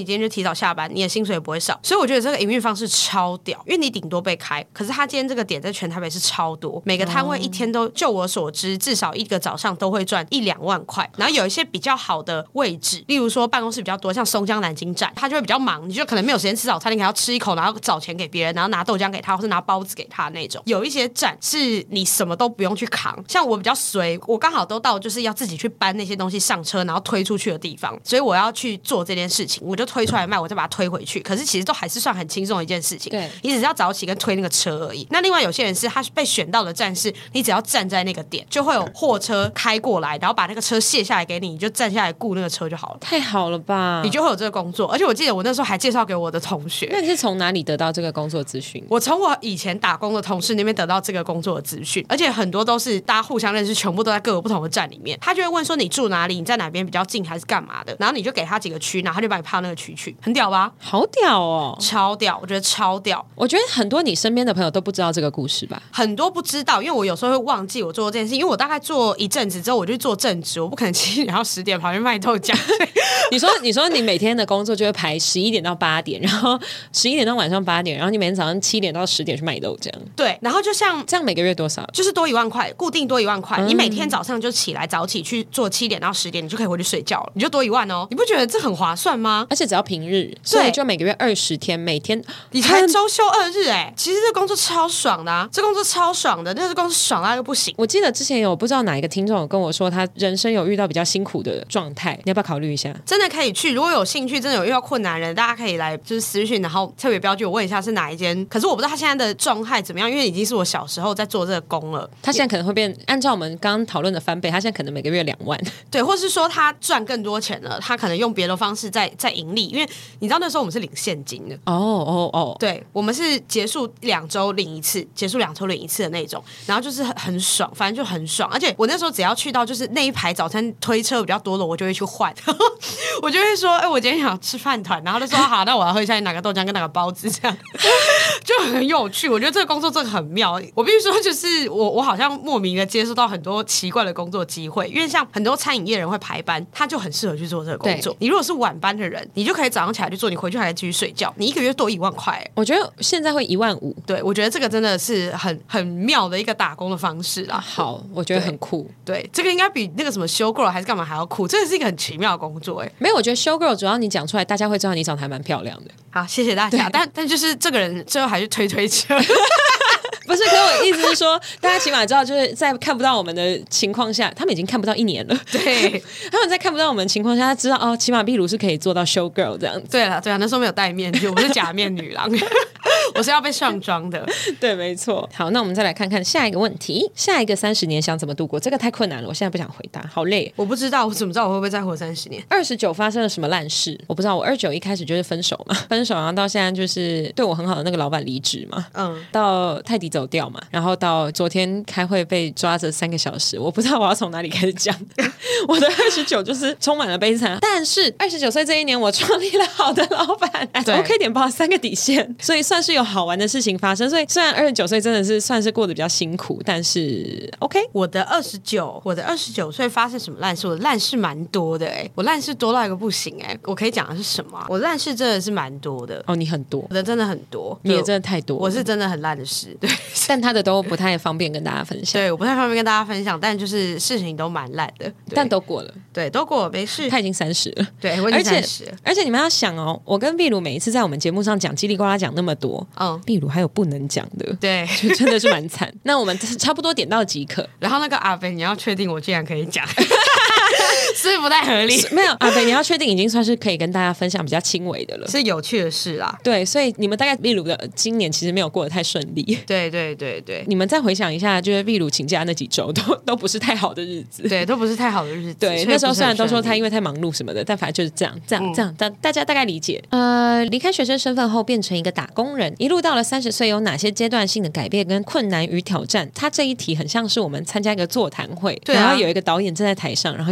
提早下班，你的薪水也不会少。所以我觉得这个营运方式超屌，因为你顶多被开，可是他今天这个点在全台北是超多，每个摊位一天都，就我所知，至少一个早上都会赚一两万块。然后有一些比较好的位置，例如说办公室比较多，像松江南京站，他就会比较忙，你就可能没有时间吃早餐，你可能要吃一口，然后找钱给别人，然后拿豆浆给他，或是拿包子给他那种。有一些站是你什么都不用去扛，像我比较随，我刚好都到就是要自己去搬那些东西上车，然后推出去的地方，所以我要去做这件事情，我就推出来卖，我再把它推回去。可是其实都还是算很轻松的一件事情， 对， 你只是要早起跟推那个车而已。那另外有些人是他被选到的站是，你只要站在那个点，就会有货车开过来，然后把那个车卸下来给你，你就站下来顾那个车就好了。 太好了吧？ 你就会有这个工作。而且我记得我那时候还介绍给我的同学。 那你是从哪里得到这个工作资讯？ 我从我以前打工的同事那边得到这个工作的资讯，而且很多都是大家互相认识，全部都在各个不同的站里面。他就会问说你住哪里，你在哪边比较近还是干嘛的，然后你就给他几个区，然后他就把你派到那个区去。很屌吧？ 好屌哦， 超屌，我觉得超屌。 我觉得很多你身边的朋友都不知道这个故事吧？ 很多不知道，因为我有时候会忘记我做这件事，因为我大概做一阵子之后我就做正职，我不可能七点到十点跑去卖豆浆。 你说你说你每天的工作就会排十一点到八点，然后十一点到晚上八点，然后你每天早上七点到十点去卖豆浆。 对，然后就像这样每个月多少？ 就是多一万块，固定多一万块、嗯、你每天早上就起来早起去做七点到十点，你就可以回去睡觉了，你就多一万哦。你不觉得这很划算吗？ 而且只要平日，所以就每个月二十天，每天你才周休二日哎、欸，其实这工作超爽的啊，这工作超爽的，但是工作爽到又不行。 我记得之前有不知道哪一个听众有跟我说，他人生有遇到比较辛苦的状态，你要不要考虑一下？ 真的可以去，如果有兴趣，真的有遇到困难人，大家可以来就是私讯，然后特别标记我问一下是哪一间。可是我不知道他现在的状态怎么样，因为已经是我小时候在做这个工了。 他现在可能会变，按照我们刚刚讨论的翻倍，他现在可能每个月两万。 对，或是说他赚更多钱了，他可能用别的方式在在盈利，因为你知道那时候我们是领现金的。 哦哦哦， 对，我们是结束两周领一次，结束两周领一次的那种，然后就是很很爽，反正就很爽。而且我那时候只要去到就是那一排早餐推车比较多的，我就会去换，我就会说，哎、欸，我今天想吃饭团，然后就说好，那我要喝一下你哪个豆浆跟哪个包子，这样就很有趣。我觉得这个工作真的很妙。我必须说，就是我我好像莫名的接触到很多奇怪的工作机会，因为像很多餐饮业人会排班，他就很适合去做这个工作。你如果是晚班的人，你就可以早上起来去做，你回去还可以继续睡觉，你一个月多一万块、欸。 我觉得现在会一万五。 对，我觉得这个真的是很很妙的一个打工的方式啦。 好，我觉得很酷。 对，对这个应该比那个什么修 girl 还是干嘛还要酷，这个是一个很奇妙的工作哎、欸。 没有，我觉得 show girl 主要你讲出来，大家会知道你长得还蛮漂亮的。 好，谢谢大家。但但就是这个人最后还是推推车。 不是，可是我意思是说，大家起码知道，就是在看不到我们的情况下，他们已经看不到一年了。 对， 他们在看不到我们的情况下，他知道哦，起码秘鲁是可以做到 show girl 这样子。 对了，对啊，那时候没有戴面具，我不是假面女郎，我是要被上妆的。 对，没错。好，那我们再来看看下一个问题，下一个三十年想怎么度过？这个太困难了，我现在不想回答，好累。 我不知道，我怎么知道我会不会再活三十年？ 二十九发生了什么烂事？我不知道。我二九一开始就是分手嘛，分手，然后到现在就是对我很好的那个老板离职嘛，嗯，到泰迪走掉嘛，然后到昨天开会被抓着三个小时，我不知道我要从哪里开始讲。我的二十九就是充满了悲惨，但是二十九岁这一年我创立了好的老板，我可以点爆三个底线，所以算是有好玩的事情发生。所以虽然二十九岁真的是算是过得比较辛苦，但是 OK。 我的二十九，我的二十九岁发生什么烂事？我的烂事蛮多的哎、欸，我烂事多到一个不行哎、欸。我可以讲的是什么、啊？我烂事真的是蛮多的哦，你很多， 我的真的很多， 你也真的太多。 我是真的很烂的事，对， 但他的都不太方便跟大家分享。 对，我不太方便跟大家分享，但就是事情都蛮烂的， 但都过了， 对，都过了，没事。 他已经三十了， 对，我已经三十了。 而且你们要想哦，我跟秘鲁每一次在我们节目上讲叽里呱啦讲那么多，嗯，秘鲁还有不能讲的， 对， 就真的是蛮惨。那我们差不多点到即可。 然后那个阿飞，你要确定我竟然可以讲。是不是不太合理？ 没有啊，对，你要确定已经算是可以跟大家分享比较轻微的了， 是有趣的事啦。 对，所以你们大概秘鲁的今年其实没有过得太顺利。 对对对对， 你们再回想一下，就是秘鲁请假那几周都都不是太好的日子， 对，都不是太好的日子。 对，那时候虽然都说他因为太忙碌什么的，但反正就是这样，这样，嗯、这样，大大家大概理解。呃，离开学生身份后变成一个打工人，一路到了三十岁，有哪些阶段性的改变跟困难与挑战？他这一题很像是我们参加一个座谈会，对啊、然后有一个导演站在台上，然后有人开始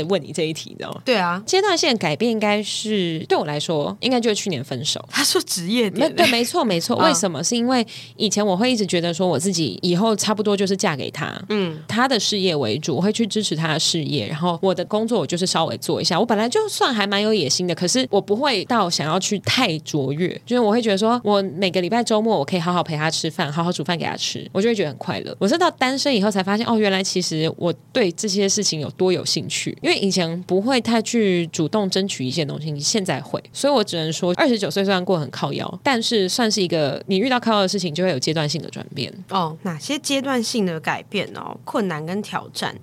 问你这一题，你知道吗？ 对啊， 阶段性的改变应该是对我来说，应该就是去年分手。 他说职业点、欸， 对，没错没错。为什么？是因为以前我会一直觉得说我自己以后差不多就是嫁给他，嗯，他的事业为主，我会去支持他的事业，然后我的工作我就是稍微做一下。我本来就算还蛮有野心的，可是我不会到想要去太卓越，就是我会觉得说我每个礼拜周末我可以好好陪他吃饭，好好煮饭给他吃，我就会觉得很快乐。我是到单身以后才发现，哦，原来其实我对这些事情有多有兴趣，因为以前不会太去主动争取一些东西，你现在会，所以我只能说二十九岁虽然过得很靠腰，但是算是一个你遇到靠腰的事情就会有阶段性的转变。 哦，哪些阶段性的改变哦？困难跟挑战。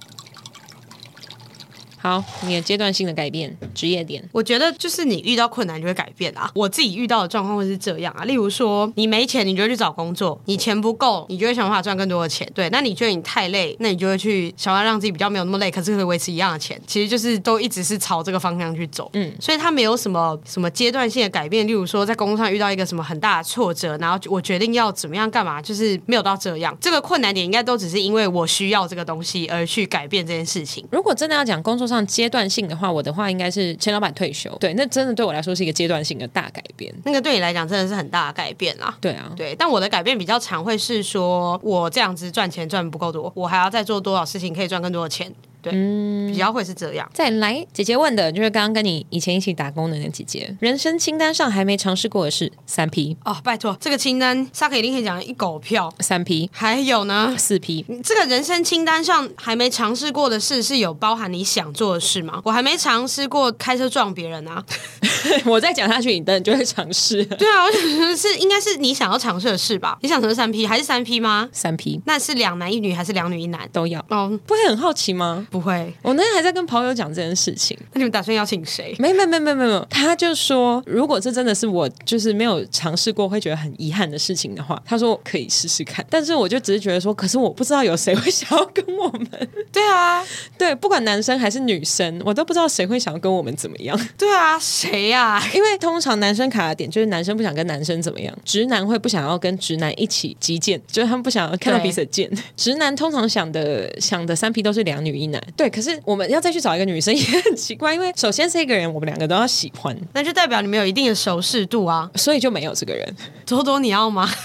好，你的阶段性的改变，职业点， 我觉得就是你遇到困难就会改变啊。我自己遇到的状况会是这样啊，例如说你没钱，你就会去找工作；你钱不够，你就会想办法赚更多的钱。对，那你觉得你太累，那你就会去想办法让自己比较没有那么累，可是可以维持一样的钱。其实就是都一直是朝这个方向去走。嗯，所以它没有什么什么阶段性的改变。例如说在工作上遇到一个什么很大的挫折，然后我决定要怎么样干嘛，就是没有到这样。这个困难点应该都只是因为我需要这个东西而去改变这件事情。 如果真的要讲工作上阶段性的话，我的话应该是前老板退休，对，那真的对我来说是一个阶段性的大改变。 那个对你来讲真的是很大的改变啦。 对啊， 对，但我的改变比较常会是说，我这样子赚钱赚不够多，我还要再做多少事情可以赚更多的钱。对，嗯，比较会是这样。 再来，姐姐问的就是刚刚跟你以前一起打工的那姐姐，人生清单上还没尝试过的是三 P 哦，拜托，这个清单萨克一定可以讲一狗票。 三 P 还有呢， 四 P。 这个人生清单上还没尝试过的事，是有包含你想做的事吗？我还没尝试过开车撞别人啊。 我再讲下去，你等你就会尝试。 对啊，我想说是应该是你想要尝试的事吧？你想尝试三 P 还是三 P 吗？ 三 P。 那是两男一女还是两女一男？ 都要。 哦， 不会很好奇吗？ 不会。 我那天还在跟跑友讲这件事情。 那你们打算邀请谁？ 没没没没没没，他就说，如果这真的是我就是没有尝试过会觉得很遗憾的事情的话，他说可以试试看。但是我就只是觉得说，可是我不知道有谁会想要跟我们。 对啊， 对，不管男生还是女生，我都不知道谁会想要跟我们怎么样。 对啊，谁呀、啊？ 因为通常男生卡的点就是男生不想跟男生怎么样，直男会不想要跟直男一起击剑，就是他们不想要看到彼此的剑。直男通常想的想的三 P 都是两女一男。对，可是我们要再去找一个女生也很奇怪，因为首先是一个人我们两个都要喜欢， 那就代表你们有一定的熟识度啊， 所以就没有这个人。 多多你要吗？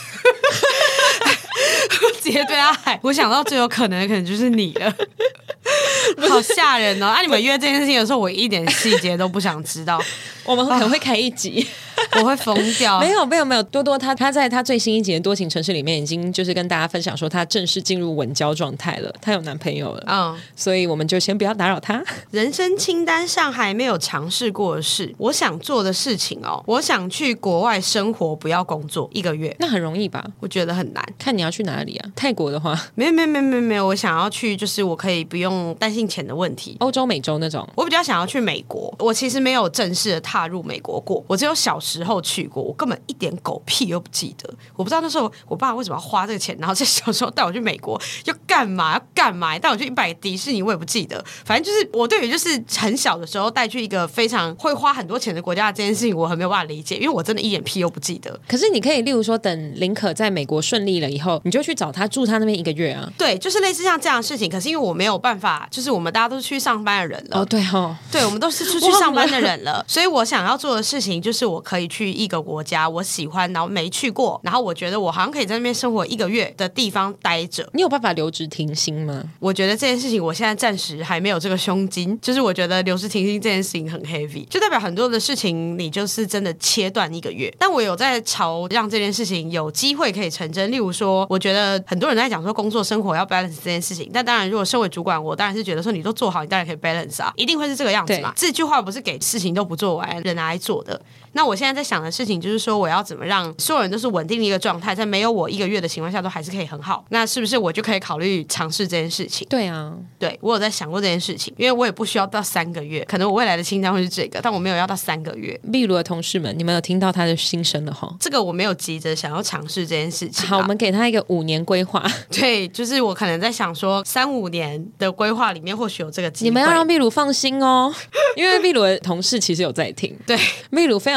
直接对他喊，我想到最有可能的可能就是你了。好吓人哦！啊，你们约这件事情的时候，我一点细节都不想知道。 我们可能会开一集， 我会疯掉。 没有没有没有，多多他他在他最新一集的多情城市里面已经就是跟大家分享说他正式进入稳交状态了，他有男朋友了。嗯，所以我们就先不要打扰他。 人生清单上还没有尝试过的事，我想做的事情哦，我想去国外生活，不要工作一个月。 那很容易吧？ 我觉得很难。 看你要去哪里啊？泰国的话， 没有没有没有没有没有，我想要去就是我可以不用担心钱的问题。 欧洲、美洲那种， 我比较想要去美国。我其实没有正式的踏入美国过，我只有小时候去过，我根本一点狗屁都不记得。我不知道那时候我爸为什么要花这个钱，然后在小时候带我去美国要干嘛要干嘛，带我去一百个迪士尼，我也不记得。反正就是我对于就是很小的时候带去一个非常会花很多钱的国家的这件事情，我很没有办法理解，因为我真的一点屁都不记得。 可是你可以例如说等林可在美国顺利了以后，你就去找他住他那边一个月啊。 对，就是类似像这样的事情。可是因为我没有办法，就是我们大家都是去上班的人了。 哦，对哦， 对，我们都是出去上班的人了，所以我想要做的事情就是我可以去一个国家我喜欢，然后没去过，然后我觉得我好像可以在那边生活一个月的地方待着。 你有办法留职停薪吗？ 我觉得这件事情我现在暂时还没有这个胸襟，就是我觉得留职停薪这件事情很 heavy， 就代表很多的事情你就是真的切断一个月。但我有在朝让这件事情有机会可以成真，例如说我觉得很多人在讲说工作生活要 balance 这件事情，但当然如果身为主管，我当然是觉得说你都做好，你当然可以 balance 啊，一定会是这个样子嘛。这句话不是给事情都不做完人拿来做的。那我现在在想的事情就是说，我要怎么让所有人都是稳定的一个状态，在没有我一个月的情况下都还是可以很好。那是不是我就可以考虑尝试这件事情？ 对啊， 对，我有在想过这件事情，因为我也不需要到三个月，可能我未来的清单会是这个，但我没有要到三个月。 秘鲁的同事们，你们有听到他的心声了哈？ 这个我没有急着想要尝试这件事情。 好，我们给他一个五年规划。 对，就是我可能在想说，三五年的规划里面或许有这个机会。 你们要让秘鲁放心哦，因为秘鲁的同事其实有在听。 对， 秘鲁非常多同事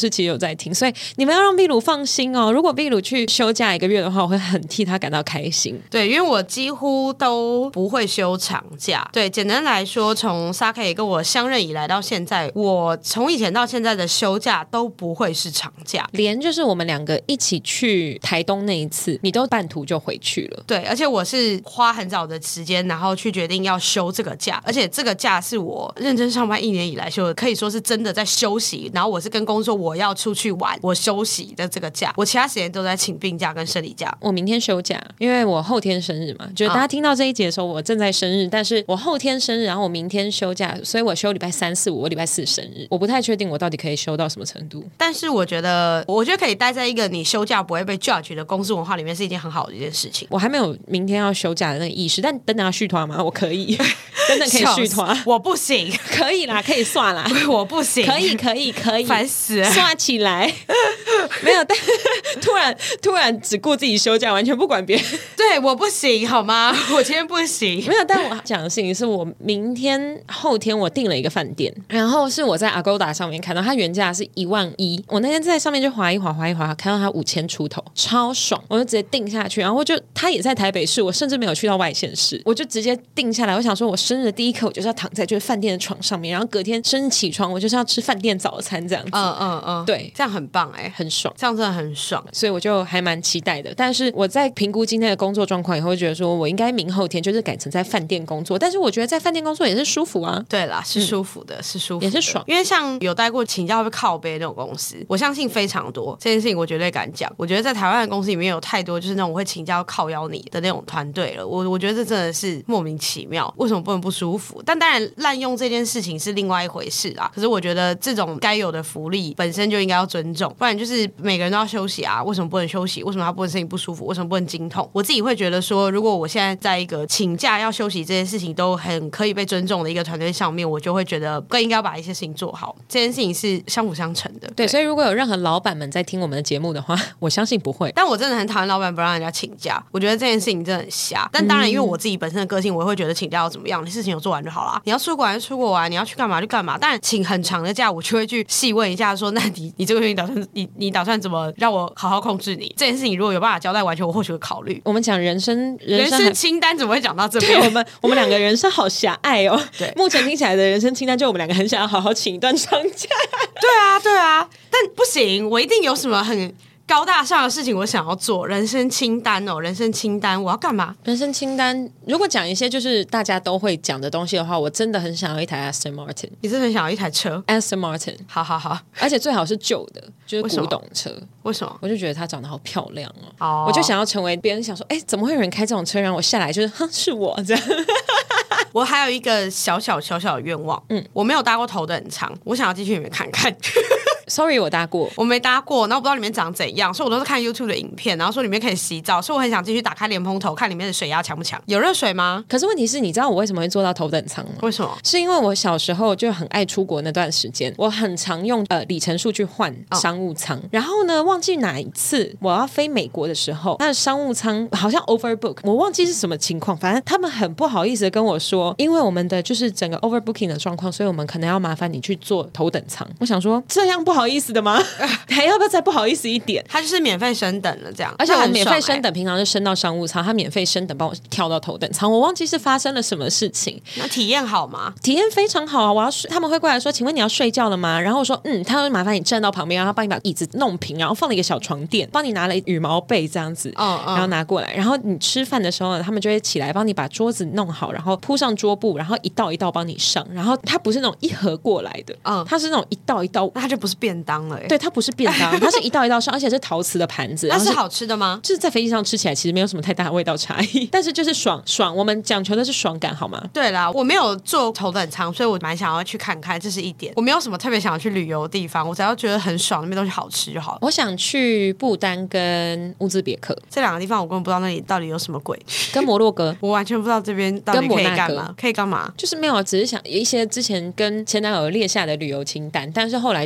事其实有在听，所以你们要让秘鲁放心哦。如果秘鲁去休假一个月的话，我会很替他感到开心。 对，因为我几乎都不会休长假。对，简单来说，从 Saki 跟我相认以来到现在，我从以前到现在的休假都不会是长假， 连就是我们两个一起去台东那一次，你都半途就回去了。 对，而且我是花很早的时间，然后去决定要休这个假，而且这个假是我认真上班一年以来休的，可以说是真的在休息。然后我是跟公司说我要出去玩，我休息的这个假，我其他时间都在请病假跟生理假。 我明天休假，因为我后天生日嘛，就是大家听到这一节的时候，我正在生日，但是我后天生日，然后我明天休假，所以我休礼拜三四五，我礼拜四生日，我不太确定我到底可以休到什么程度。 但是我觉得，我觉得可以待在一个你休假不会被 judge 的公司文化里面，是一件很好的一件事情。 我还没有明天要休假的那个意识，但等等要续团吗？我可以，等等可以续团， 我不行， 可以啦，可以算啦， 我不行， 可以，可以，可以， 烦死了， 刷起来。没有，但突然突然只顾自己休假，完全不管别人。 对，我不行，好吗？我今天不行。 没有，但我讲的事情是我明天后天我订了一个饭店，然后是我在 Agoda 上面看到它原价是一万一，我那天在上面就滑一滑滑一滑，看到它五千出头，超爽，我就直接订下去。然后就它也在台北市，我甚至没有去到外县市，我就直接订下来。我想说，我生日的第一刻，我就是要躺在就是饭店的床上面，然后隔天生日起床，我就是要吃饭店早餐这样子。 嗯嗯嗯， 对， 这样很棒哎、欸， 很爽， 这样真的很爽， 所以我就还蛮期待的。但是我在评估今天的工作状况以后，觉得说我应该明后天就是改成在饭店工作。但是我觉得在饭店工作也是舒服啊。 对啦，是舒服的，嗯、是舒服的， 也是爽。 因为像有待过请假会被靠背那种公司，我相信非常多。这件事情我绝对敢讲。我觉得在台湾的公司里面有太多就是那种会请假要靠邀你的那种团队了。我我觉得这真的是莫名其妙，为什么不能不舒服？但当然滥用这件事情是另外一回事啦。可是我觉得这种该有的福利本身就应该要尊重，不然就是每个人都要休息啊。为什么不能休息？为什么他不能身体不舒服？为什么不能经痛？我自己会觉得说，如果我现在在一个请假要休息这件事情都很可以被尊重的一个团队上面，我就会觉得更应该要把一些事情做好。这件事情是相辅相成的。 对，对，所以如果有任何老板们在听我们的节目的话，我相信不会。 但我真的很讨厌老板不让人家请假，我觉得这件事情真的很瞎。但当然，因为我自己本身的个性，我也会觉得请假要怎么样，你事情有做完就好啦。你要出国玩就出国玩，你要去干嘛就干嘛。但请很长的假，我就会去细问一下说，那你你这个月你打算你你打算怎么让我好好控制你？这件事情如果有办法交代完全，我或许会考虑。 我们讲人生人生, 人生清单怎么会讲到这边？ 对，我们我们两个人生好狭隘哦。 对， 目前听起来的人生清单就我们两个很想要好好请一段长假。 对啊，对啊，但不行，我一定有什么很高大上的事情我想要做。人生清单哦，人生清单我要干嘛？ 人生清单如果讲一些就是大家都会讲的东西的话，我真的很想要一台 Aston Martin。 你真的很想要一台车 Aston Martin？ 好好好， 而且最好是旧的，就是古董车。 为什么？ 我就觉得它长得好漂亮哦， oh. 我就想要成为别人想说，哎，怎么会有人开这种车？让我下来就是哼，是我这样。 我还有一个小小小小的愿望，嗯，我没有搭过头等舱，我想要进去里面看看。 Sorry， 我搭过， 我没搭过，然后我不知道里面长怎样，所以我都是看 YouTube 的影片，然后说里面可以洗澡，所以我很想进去打开莲蓬头，看里面的水压强不强，有热水吗？ 可是问题是，你知道我为什么会坐到头等舱吗？ 为什么？ 是因为我小时候就很爱出国那段时间，我很常用呃里程数去换商务舱，哦、然后呢，忘记哪一次我要飞美国的时候，那商务舱好像 overbook， 我忘记是什么情况，反正他们很不好意思的跟我说，因为我们的就是整个 overbooking 的状况，所以我们可能要麻烦你去坐头等舱。我想说，这样不好意思的吗？还要不要再不好意思一点？ 他就是免费升等了这样， 而且我免费升等，平常是升到商务舱，他免费升等帮我跳到头等舱，我忘记是发生了什么事情。 那体验好吗？ 体验非常好啊！我要睡，他们会过来说，请问你要睡觉了吗？然后我说嗯，他会麻烦你站到旁边，然后帮你把椅子弄平，然后放了一个小床垫，帮你拿了羽毛被这样子，嗯嗯，然后拿过来，然后你吃饭的时候呢，他们就会起来帮你把桌子弄好，然后铺上桌布，然后一道一道帮你上，然后它不是那种一盒过来的，嗯，它是那种一道一道， 那它就不是便当了耶。 对，它不是便当，它是一道一道上，而且是陶瓷的盘子。 那是好吃的吗？ 就是在飞机上吃起来其实没有什么太大的味道差异，但是就是爽爽，我们讲求的是爽感好吗？ 对啦，我没有坐头等舱，所以我蛮想要去看看，这是一点。我没有什么特别想要去旅游的地方，我只要觉得很爽，那边东西好吃就好了。 我想去不丹跟乌兹别克这两个地方，我根本不知道那里到底有什么鬼。 跟摩洛哥， 我完全不知道这边到底可以干嘛，可以干嘛？ 就是没有，只是想一些之前跟前男友列下的旅游清单，但是后来就疫情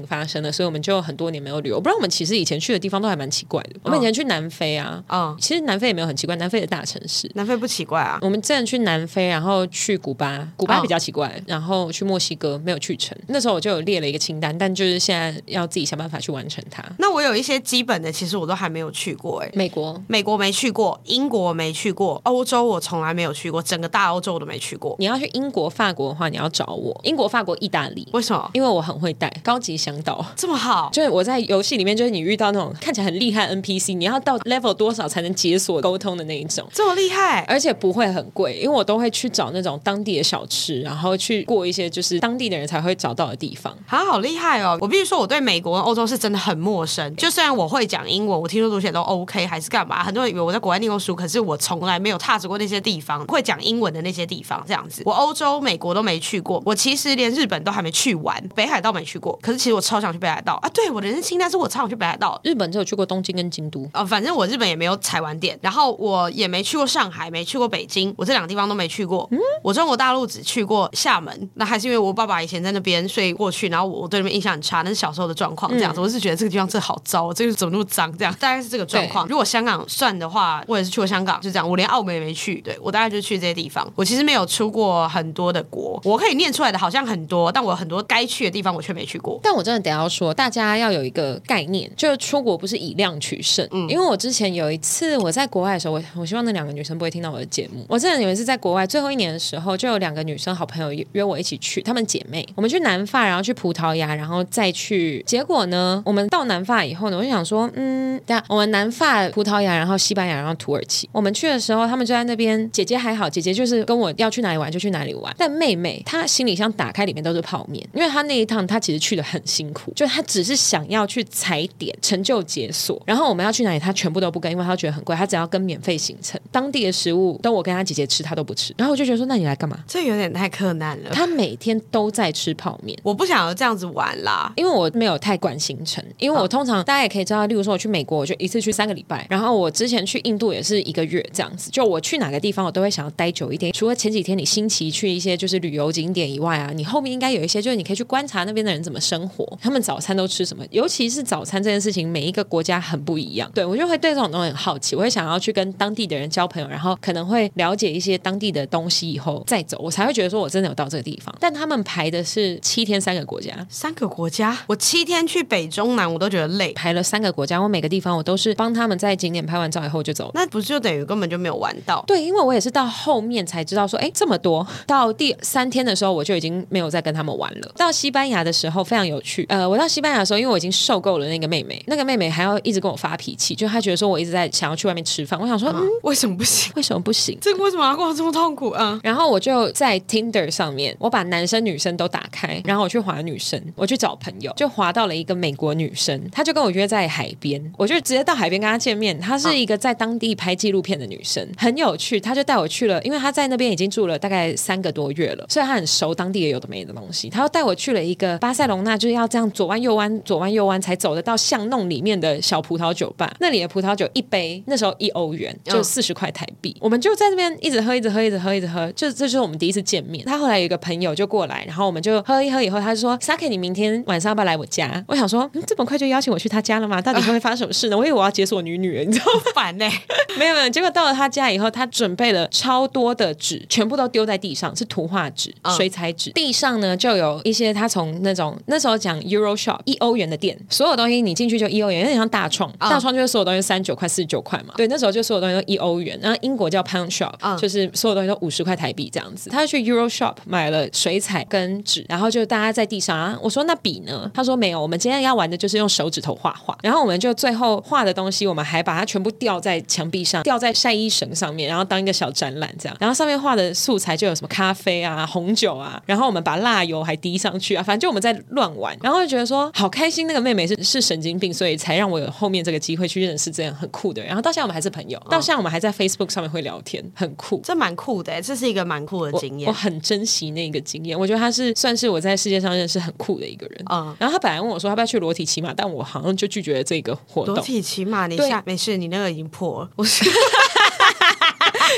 情发生了，所以我们就很多年没有旅游。不然我们其实以前去的地方都还蛮奇怪的。我们以前去南非啊，嗯，其实南非也没有很奇怪，南非的大城市， 南非不奇怪啊。 我们之前去南非，然后去古巴，古巴比较奇怪，哦、然后去墨西哥没有去成。那时候我就有列了一个清单，但就是现在要自己想办法去完成它。 那我有一些基本的，其实我都还没有去过、欸。哎， 美国， 美国没去过，英国没去过，欧洲我从来没有去过，整个大欧洲我都没去过。 你要去英国、法国的话，你要找我。英国、法国、意大利， 为什么？ 因为我很会带高级向导， 这么好。 就是我在游戏里面，就是你遇到那种看起来很厉害的 N P C， 你要到 level 多少才能解锁沟通的那一种， 这么厉害， 而且不会很贵，因为我都会去找那种当地的小吃，然后去过一些就是当地的人才会找到的地方。 啊，好厉害哦！我必须说，我对美国跟欧洲是真的很陌生。就虽然我会讲英文，我听说读写都 OK， 还是干嘛？很多人以为我在国外念过书，可是我从来没有踏足过那些地方，会讲英文的那些地方，这样子。我欧洲、美国都没去过，我其实连日本都还没去完，北海道没去过。可是其实我超想去北海道啊！对，我的人生清单是我超想去北海道。 日本只有去过东京跟京都， 呃，反正我日本也没有踩完点，然后我也没去过上海，没去过北京，我这两个地方都没去过。嗯，我中国大陆只去过厦门，那还是因为我爸爸以前在那边，所以过去，然后我对那边印象很差，那是小时候的状况，这样子。嗯、我是觉得这个地方真的好糟，这个怎么那么脏，这样大概是这个状况。如果香港算的话，我也是去过香港，就这样。我连澳门也没去，对我大概就去这些地方。我其实没有出过很多的国，我可以念出来的好像很多，但我很多该去的地方我却没去过。 但我真的得要说，大家要有一个概念，就是出国不是以量取胜。嗯，因为我之前有一次我在国外的时候，我我希望那两个女生不会听到我的节目。我之前有一次在国外最后一年的时候，就有两个女生好朋友约我一起去，她们姐妹，我们去南法，然后去葡萄牙，然后再去。结果呢，我们到南法以后呢，我就想说，嗯，对啊，我们南法、葡萄牙，然后西班牙，然后土耳其。我们去的时候，他们就在那边。姐姐还好，姐姐就是跟我要去哪里玩就去哪里玩。但妹妹她行李箱打开，里面都是泡面，因为她那一趟她其实去的很辛苦，就她只是想要去踩点成就解锁。然后我们要去哪里，她全部都不跟，因为她觉得很贵，她只要跟免费行程。当地的食物都我跟她姐姐吃，她都不吃。然后我就觉得说，那你来干嘛？ 这有点太困难了。 她每天都在吃泡面， 我不想要这样子玩啦， 因为我没有太管行程。因为我通常、哦、大家也可以知道，例如说我去美国，我就一次去三个礼拜，然后我之前去印度也是一个月这样子。就我去哪个地方，我都会想要待久一点。除了前几天你星期去一些就是旅游景点以外啊，你后面应该有一些就是你可以去观察那边的人怎么生活，他们早餐都吃什么，尤其是早餐这件事情，每一个国家很不一样。对，我就会对这种东西很好奇，我会想要去跟当地的人交朋友，然后可能会了解一些当地的东西以后再走，我才会觉得说我真的有到这个地方。但他们排的是七天三个国家， 三个国家，我七天去北中南我都觉得累， 排了三个国家，我每个地方我都是帮他们在景点拍完照以后就走了。 那不是就等于根本就没有玩到？ 对，因为我也是到后面才知道说，哎，这么多。到第三天的时候，我就已经没有再跟他们玩了。到西班牙的时候非常有趣，呃，我到西班牙的时候，因为我已经受够了那个妹妹，那个妹妹还要一直跟我发脾气，就她觉得说我一直在想要去外面吃饭。我想说，嗯， 为什么不行？ 为什么不行？ 这个为什么要过这么痛苦啊？ 然后我就在 Tinder 上面，我把男生女生都打开，然后我去滑女生，我去找朋友，就滑到了一个美国女生，她就跟我约在海边，我就直接到海边跟她见面。她是一个在当地拍纪录片的女生，很有趣。她就带我去了，因为她在那边已经住了大概三个多月了，所以她很熟当地也有的没的东西。她又带我去了一个巴塞隆纳，就是要这样左弯右弯左弯右弯才走得到巷弄里面的小葡萄酒吧，那里的葡萄酒一杯那时候一欧元就四十块台币、嗯、我们就在那边一直喝一直喝一直喝一直喝，就这就是我们第一次见面。他后来有一个朋友就过来，然后我们就喝一喝以后，他就说 Saki 你明天晚上要不要来我家？我想说、嗯、这么快就邀请我去他家了吗？到底会发生什么事呢？我以为我要解锁女女了，你知道吗？ 烦欸没有没有，结果到了他家以后，他准备了超多的纸，全部都丢在地上，是图画纸、嗯、水彩纸。地上呢就有一些他从那种那时候讲 Euro Shop 一欧元的店，所有东西你进去就一欧元，有点像大创、嗯、大创就是所有东西三十九块四十九块嘛，对，那时候就所有东西都一欧元。然后英国叫 Pound Shop、嗯、就是所有东西都五十块台币这样子。他去 Euro Shop 买了水彩跟纸，然后就大家在地上、啊、我说那笔呢？他说没有，我们今天要玩的就是用手指头画画。然后我们就最后画的东西我们还把它全部吊在墙壁上，吊在晒衣绳上面，然后当一个小展览这样。然后上面画的素材就有什么咖啡啊红酒啊，然后我们把蜡油还滴上去啊，反正就我们在乱玩。然后就觉得说好开心，那个妹妹是是神经病，所以才让我有后面这个机会去认识这样很酷的人。然后到现在我们还是朋友、哦、到现在我们还在 Facebook 上面会聊天，很酷。 这蛮酷的，这是一个蛮酷的经验。 我, 我很珍惜那个经验，我觉得他是算是我在世界上认识很酷的一个人、嗯、然后他本来问我说要不要去裸体骑马，但我好像就拒绝了这个活动。 裸体骑马你下没事，你那个已经破了。我是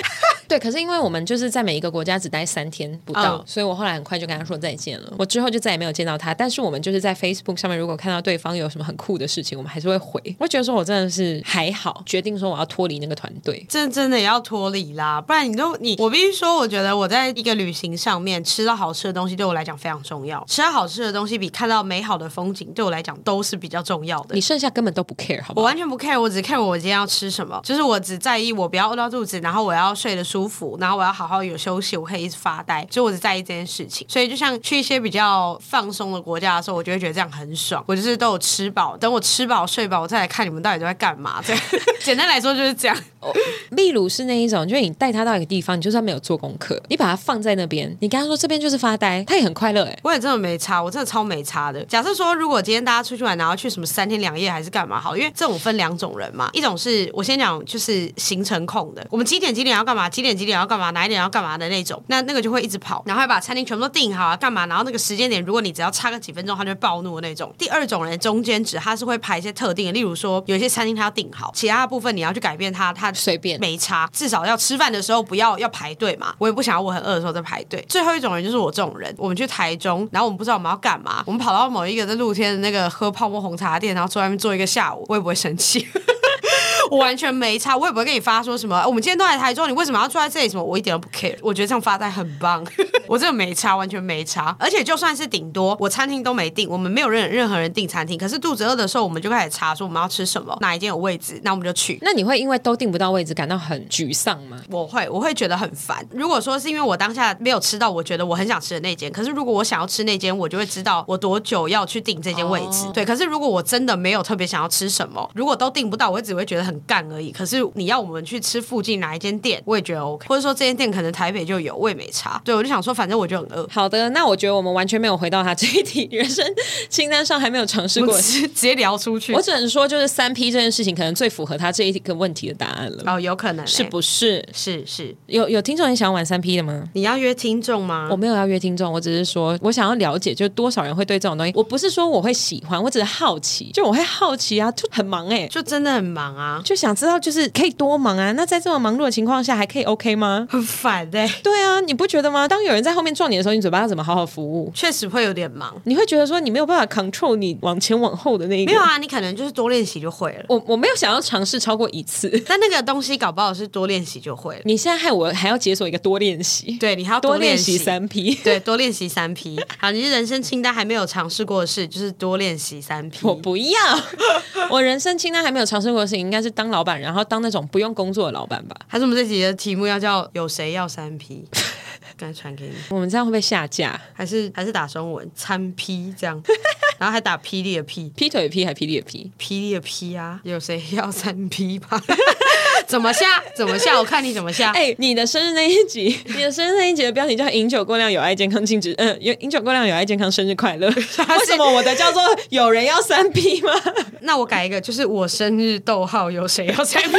对，可是因为我们就是在每一个国家只待三天不到、嗯、所以我后来很快就跟他说再见了。我之后就再也没有见到他，但是我们就是在 Facebook 上面如果看到对方有什么很酷的事情，我们还是会回。我觉得说我真的是还好决定说我要脱离那个团队， 真真的也要脱离啦，不然你都你我必须说，我觉得我在一个旅行上面吃到好吃的东西对我来讲非常重要，吃到好吃的东西比看到美好的风景对我来讲都是比较重要的。 你剩下根本都不 care 好不好？ 我完全不 care， 我只 care 我今天要吃什么，就是我只在意我不要饿到肚子，然后我要睡得舒服，然后我要好好有休息，我可以一直发呆，所以我只在意这件事情。所以就像去一些比较放松的国家的时候，我就会觉得这样很爽，我就是都有吃饱，等我吃饱睡饱我再来看你们到底都在干嘛，这样简单来说就是这样。 例如是那一种就是你带他到一个地方，你就算没有做功课，你把他放在那边，你跟他说这边就是发呆，他也很快乐耶。 我也真的没差，我真的超没差的。假设说如果今天大家出去玩然后去什么三天两夜还是干嘛好，因为这种分两种人嘛，一种是我先讲就是行程控的，我们几点几点要干嘛，几点几点要干嘛，哪一点要干嘛的那种，那那个就会一直跑，然后还把餐厅全部都订好啊干嘛，然后那个时间点如果你只要差个几分钟他就会暴怒的那种。第二种人中间值他是会排一些特定的，例如说有一些餐厅他要订好，其他的部分你要去改变他，他随便没差，至少要吃饭的时候不要要排队嘛，我也不想要我很饿的时候在排队。最后一种人就是我这种人，我们去台中，然后我们不知道我们要干嘛，我们跑到某一个在露天的那个喝泡沫红茶店，然后坐在外面坐一个下午，我也不会生气我完全没差，我也不会跟你发说什么我们今天都来台中你为什么要坐在这里什么，我一点都不 care， 我觉得这样发呆很棒我真的没差，完全没差。而且就算是顶多我餐厅都没订，我们没有任任何人订餐厅，可是肚子饿的时候我们就开始查说我们要吃什么，哪一间有位置，那我们就去。 那你会因为都订不到位置感到很沮丧吗？ 我会我会觉得很烦。如果说是因为我当下没有吃到我觉得我很想吃的那间，可是如果我想要吃那间我就会知道我多久要去订这间位置、oh. 对。可是如果我真的没有特别想要吃什么，如果都订不到我只会觉得很干而已。可是你要我们去吃附近哪一间店我也觉得 OK， 或者说这间店可能台北就有我也没差。对，我就想说反正我就很饿。 好的，那我觉得我们完全没有回到他这一题人生清单上还没有尝试过， 直接聊出去。 我只能说就是三 P 这件事情可能最符合他这一个问题的答案了。 哦，有可能、欸、 是不是？ 是是。 有有听众也想要玩三 P 的吗？ 你要约听众吗？ 我没有要约听众，我只是说我想要了解就多少人会对这种东西，我不是说我会喜欢，我只是好奇，就我会好奇啊，就很忙哎、欸， 就真的很忙啊， 就想知道就是可以多忙啊，那在这么忙碌的情况下还可以 OK 吗？ 很烦哎、欸。 对啊，你不觉得吗？当有人在后面撞你的时候，你嘴巴要怎么好好服务？ 确实会有点忙， 你会觉得说你没有办法 control 你往前往后的那一个。 没有啊，你可能就是多练习就会了。 我我没有想要尝试超过一次， 但那个东西搞不好是多练习就会了。 你现在害我还要解锁一个多练习， 对，你还要多练习三 P， 对，多练习三 P。好，你是人生清单还没有尝试过的事，就是多练习三 P。 我不要，我人生清单还没有尝试过的事情，应该是当老板，然后当那种不用工作的老板吧。 还是我们这集的题目要叫有谁要三 P？ 刚才传给你， 我们这样会不会下架？ 还是还是打中文参 P 这样，然后还打霹雳的霹， 劈腿的劈还霹雳的劈， 霹雳的霹啊！有谁要三 P 吧？怎么下？怎么下？我看你怎么下。 哎、欸，你的生日那一集，你的生日那一集的标题叫“饮酒过量有害健康禁止”，嗯，饮酒过量有害健康，生日快乐。为什么我的叫做有人要三 P 吗？ 那我改一个，就是我生日逗号有谁要三 P？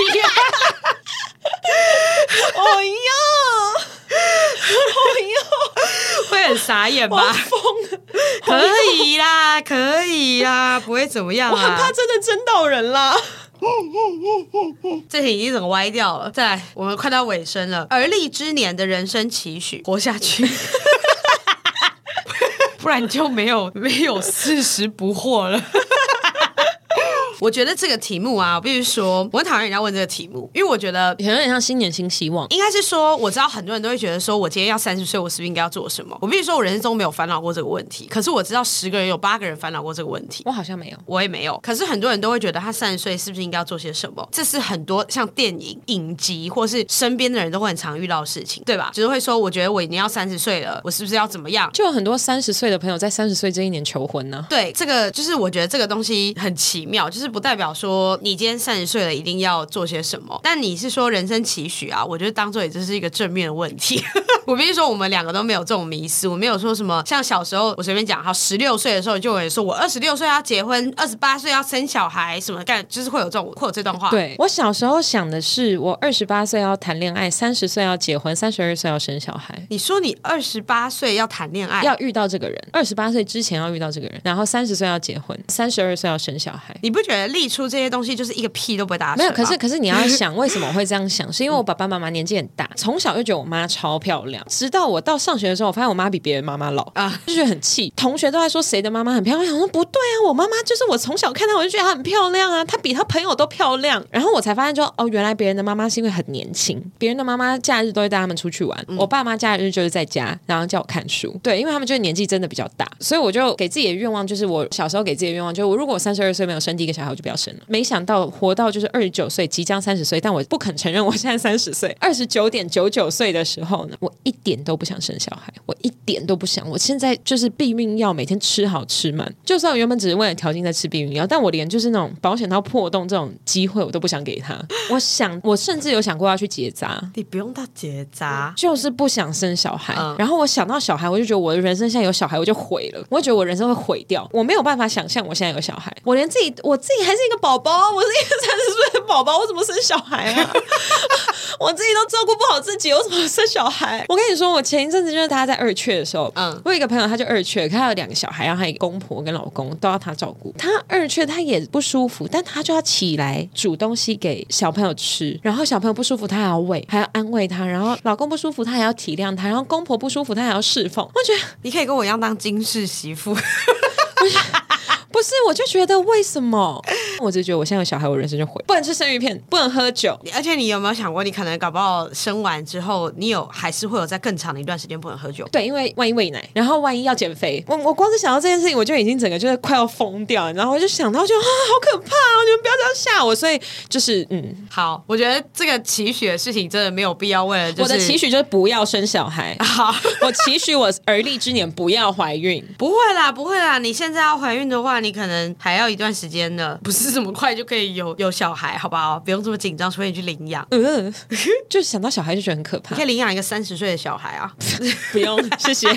哦哟，哦哟， 会很傻眼吧？ 疯了， 可以啦，可以啦，不会怎么样啊。 我很怕真的真到人啦。 这题已经整个歪掉了。再来，我们快到尾声了。而立之年的人生期许，活下去。不然就没有没有四十不惑了。我觉得这个题目啊，我必须说我很讨厌人家问这个题目，因为我觉得有点像新年新希望。 应该是说我知道很多人都会觉得说我今天要三十岁我是不是应该要做什么。我必须说我人生中没有烦恼过这个问题，可是我知道十个人有八个人烦恼过这个问题。 我好像没有， 我也没有。可是很多人都会觉得他三十岁是不是应该要做些什么，这是很多像电影影集或是身边的人都会很常遇到的事情，对吧？就是会说我觉得我已经要三十岁了，我是不是要怎么样。 就有很多三十岁的朋友在三十岁这一年求婚呢、啊。 对，这个就是我觉得这个东西很奇妙，就是不代表说你今天三十岁了一定要做些什么，但你是说人生期许啊，我觉得当做也就是一个正面的问题。我必须说我们两个都没有这种迷思，我没有说什么像小时候我随便讲，好十六岁的时候就有人说我二十六岁要结婚，二十八岁要生小孩什么干，就是会有这种会有这段话。 对，我小时候想的是我二十八岁要谈恋爱，三十岁要结婚，三十二岁要生小孩。 你说你二十八岁要谈恋爱， 要遇到这个人，二十八岁之前要遇到这个人，然后三十岁要结婚，三十二岁要生小孩。 你不觉得立出这些东西就是一个屁都不会达成。 没有，可是可是你要想为什么我会这样想，是因为我爸爸妈妈年纪很大，从小就觉得我妈超漂亮，直到我到上学的时候，我发现我妈比别人妈妈老啊，就觉得很气。同学都在说谁的妈妈很漂亮，我想说不对啊，我妈妈就是我从小看她我就觉得她很漂亮啊，她比她朋友都漂亮。然后我才发现说哦，原来别人的妈妈是因为很年轻，别人的妈妈假日都会带他们出去玩，嗯、我爸妈假日就是在家，然后叫我看书。对，因为他们就是年纪真的比较大，所以我就给自己的愿望就是我小时候给自己的愿望就是我如果我三十二岁没有生第一个小孩，我就不要生了。没想到活到就是二十九岁，即将三十岁，但我不肯承认我现在三十岁。二十九点九九岁的时候呢，我一点都不想生小孩，我一点都不想。我现在就是避孕药，每天吃好吃满。就算我原本只是为了调经在吃避孕药，但我连就是那种保险套破洞这种机会我都不想给他。我想，我甚至有想过要去结扎。 你不用到结扎， 就是不想生小孩。 嗯、 然后我想到小孩，我就觉得我的人生现在有小孩我就毁了，我觉得我人生会毁掉。我没有办法想象我现在有小孩，我连自己我自己还是一个宝宝，我是一个三十岁的宝宝，我怎么生小孩啊？我自己都照顾不好自己，我怎么生小孩？我跟你说，我前一阵子就是他在二确的时候，嗯，我有一个朋友，他就二确，他有两个小孩，然后他公婆跟老公都要他照顾。他二确他也不舒服，但他就要起来煮东西给小朋友吃，然后小朋友不舒服他还要喂，还要安慰他，然后老公不舒服他还要体谅他，然后公婆不舒服他还要侍奉。我觉得你可以跟我一样当金氏媳妇。 不是，我就觉得为什么？我只觉得我现在有小孩，我人生就毁，不能吃生鱼片，不能喝酒。 而且你有没有想过，你可能搞不好生完之后，你有还是会有在更长的一段时间不能喝酒？ 对，因为万一喂奶，然后万一要减肥，我我光是想到这件事情，我就已经整个就是快要疯掉，然后我就想到就啊，好可怕哦！你们不要这样吓我。所以就是嗯， 好，我觉得这个期许的事情真的没有必要为了、就是、 我的期许就是不要生小孩。 好， 我期许我而立之年不要怀孕。 不会啦，不会啦，你现在要怀孕的话，你可能还要一段时间呢，不是这么快就可以有有小孩，好不好？不用这么紧张，除非你去领养。 呃，就想到小孩就觉得很可怕。 你可以领养一个三十岁的小孩啊， 不用，谢谢。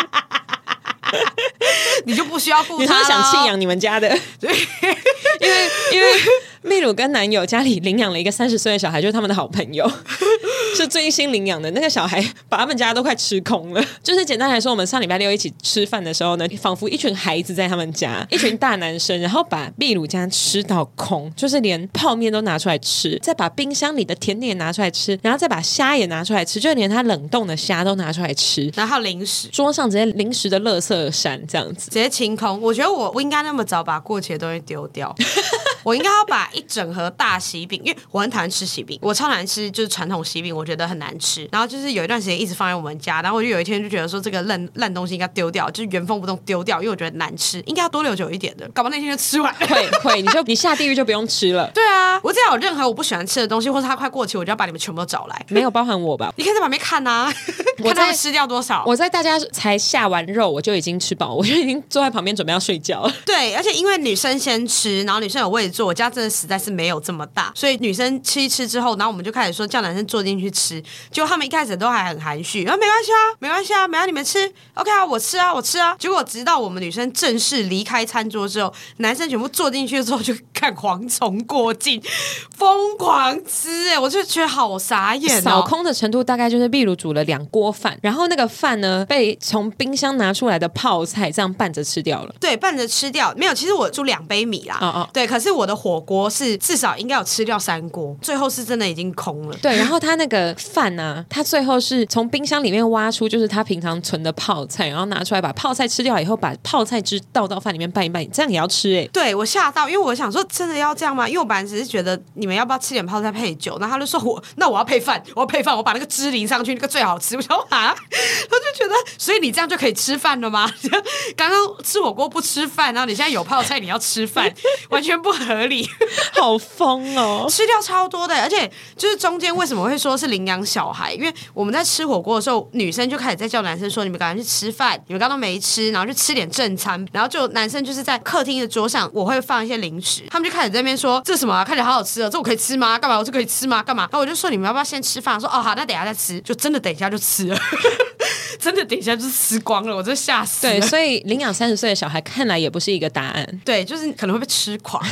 你就不需要顾他了。 你是想弃养你们家的？ 对， 因为因为秘鲁跟男友家里领养了一个三十岁的小孩，就是他们的好朋友，是最新领养的。那个小孩把他们家都快吃空了。就是简单来说，我们上礼拜六一起吃饭的时候呢，仿佛一群孩子在他们家，一群大男生，然后把秘鲁家吃到空，就是连泡面都拿出来吃，再把冰箱里的甜点也拿出来吃，然后再把虾也拿出来吃，就连他冷冻的虾都拿出来吃， 然后还有零食， 桌上直接零食的垃圾山这样子， 直接清空。我觉得我不应该那么早把过期的东西丢掉。我应该要把一整盒大喜饼，因为我很讨厌吃喜饼，我超难吃，就是传统喜饼，我觉得很难吃。然后就是有一段时间一直放在我们家，然后我就有一天就觉得说这个烂烂东西应该丢掉，就是原封不动丢掉，因为我觉得难吃，应该要多留久一点的，搞不好那天就吃完。 会会，你就你下地狱就不用吃了。 对啊，我只要有任何我不喜欢吃的东西，或是它快过期，我就要把你们全部都找来。 没有包含我吧？ 你可以在旁边看啊，看他们吃掉多少。 我在大家才下完肉，我就已经吃饱，我就已经坐在旁边准备要睡觉了。 对，而且因为女生先吃，然后女生有位置坐，我家真的实在是没有这么大，所以女生吃一吃之后，然后我们就开始说叫男生坐进去吃，结果他们一开始都还很含蓄，啊没关系啊，没关系啊，没让你们吃 ，OK 啊，我吃啊，我吃啊。结果直到我们女生正式离开餐桌之后，男生全部坐进去之后就看蝗虫过境，疯狂吃、欸，哎，我就觉得好傻眼、哦。 扫空的程度大概就是秘鲁煮了两锅饭，然后那个饭呢被从冰箱拿出来的泡菜这样拌着吃掉了。 对，拌着吃掉，没有，其实我煮两杯米啦，哦哦对，可是我的火锅是至少应该有吃掉三锅，最后是真的已经空了。 对，然后他那个饭呢、啊，他最后是从冰箱里面挖出就是他平常存的泡菜，然后拿出来把泡菜吃掉以后，把泡菜汁倒到饭里面拌一拌，这样也要吃哎、欸。 对，我吓到，因为我想说真的要这样吗？因为我本来只是觉得你们要不要吃点泡菜配酒，然后他就说我那我要配饭，我要配饭，我把那个汁淋上去，那个最好吃。我想啊，我就觉得，所以你这样就可以吃饭了吗？刚刚吃火锅不吃饭，然后你现在有泡菜你要吃饭，完全不合理， 好疯哦！ 吃掉超多的，而且就是中间为什么会说是领养小孩？因为我们在吃火锅的时候，女生就开始在叫男生说：“你们赶快去吃饭，你们刚刚都没吃，然后去吃点正餐。”然后就男生就是在客厅的桌上，我会放一些零食，他们就开始在那边说：“这什么、啊？看起来好好吃哦，这我可以吃吗？干嘛？我这可以吃吗？干嘛？”然后我就说：“你们要不要先吃饭？”说：“哦，好，那等一下再吃。”就真的等一下就吃了。真的等一下就是吃光了，我真吓死了。 对，所以领养三十岁的小孩看来也不是一个答案。 对，就是可能会被吃垮。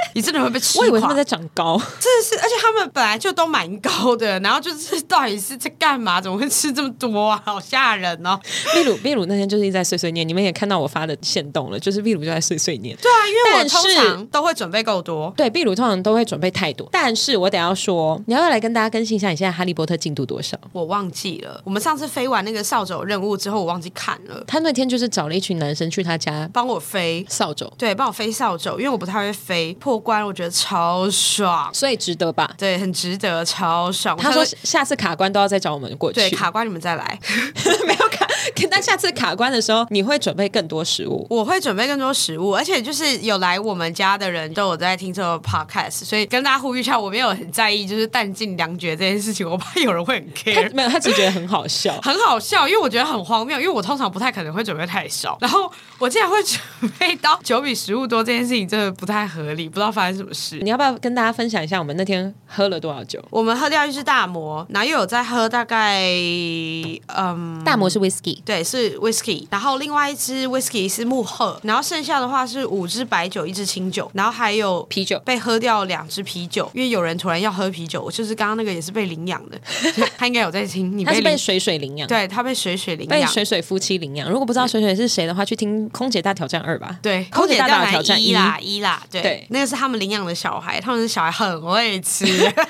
你真的会被吃垮。 我以为他们在长高， 真的是，而且他们本来就都蛮高的，然后就是到底是在干嘛？怎么会吃这么多啊？好吓人哦！ 秘鲁秘鲁那天就是一直在碎碎念，你们也看到我发的限动了，就是秘鲁就在碎碎念。 对啊，因为我通常都会准备够多。 对，秘鲁通常都会准备太多，但是我等一下要说，你要不要来跟大家更新一下你现在哈利波特进度多少？ 我忘记了，我们上次飞完那个扫帚任务之后，我忘记看了。 他那天就是找了一群男生去他家帮我飞扫帚， 对，帮我飞扫帚，因为我不太会飞，破关我觉得超爽， 所以值得吧？ 对，很值得，超爽。 他说下次卡关都要再找我们过去， 对，卡关你们再来， 没有卡。但下次卡关的时候，你会准备更多食物？ 我会准备更多食物，而且就是有来我们家的人都有在听这个 podcast， 所以跟大家呼吁一下，我没有很在意就是弹尽粮绝这件事情，我怕有人会很 care。 没有，他只觉得很好笑， 很好笑，因为我觉得很荒谬，因为我通常不太可能会准备太少，然后我竟然会准备到酒比食物多，这件事情真的不太合理，不知道发生什么事。 你要不要跟大家分享一下我们那天喝了多少酒？ 我们喝掉一支大摩，然后又有在喝大概嗯， 大摩是 whisky， 对，是 whisky， 然后另外一支 whisky 是木鹤，然后剩下的话是五支白酒，一支清酒，然后还有啤酒， 被喝掉两支啤酒，因为有人突然要喝啤酒，就是刚刚那个也是被领养的，他应该有在听。你被他是被水水领养， 对，他被水水领被养， 水水夫妻领养。如果不知道水水是谁的话，去听《空姐大挑战二》吧。 对， 空姐大大挑战一啦一啦，对， 对， 那个是他们领养的小孩，他们的小孩很会吃。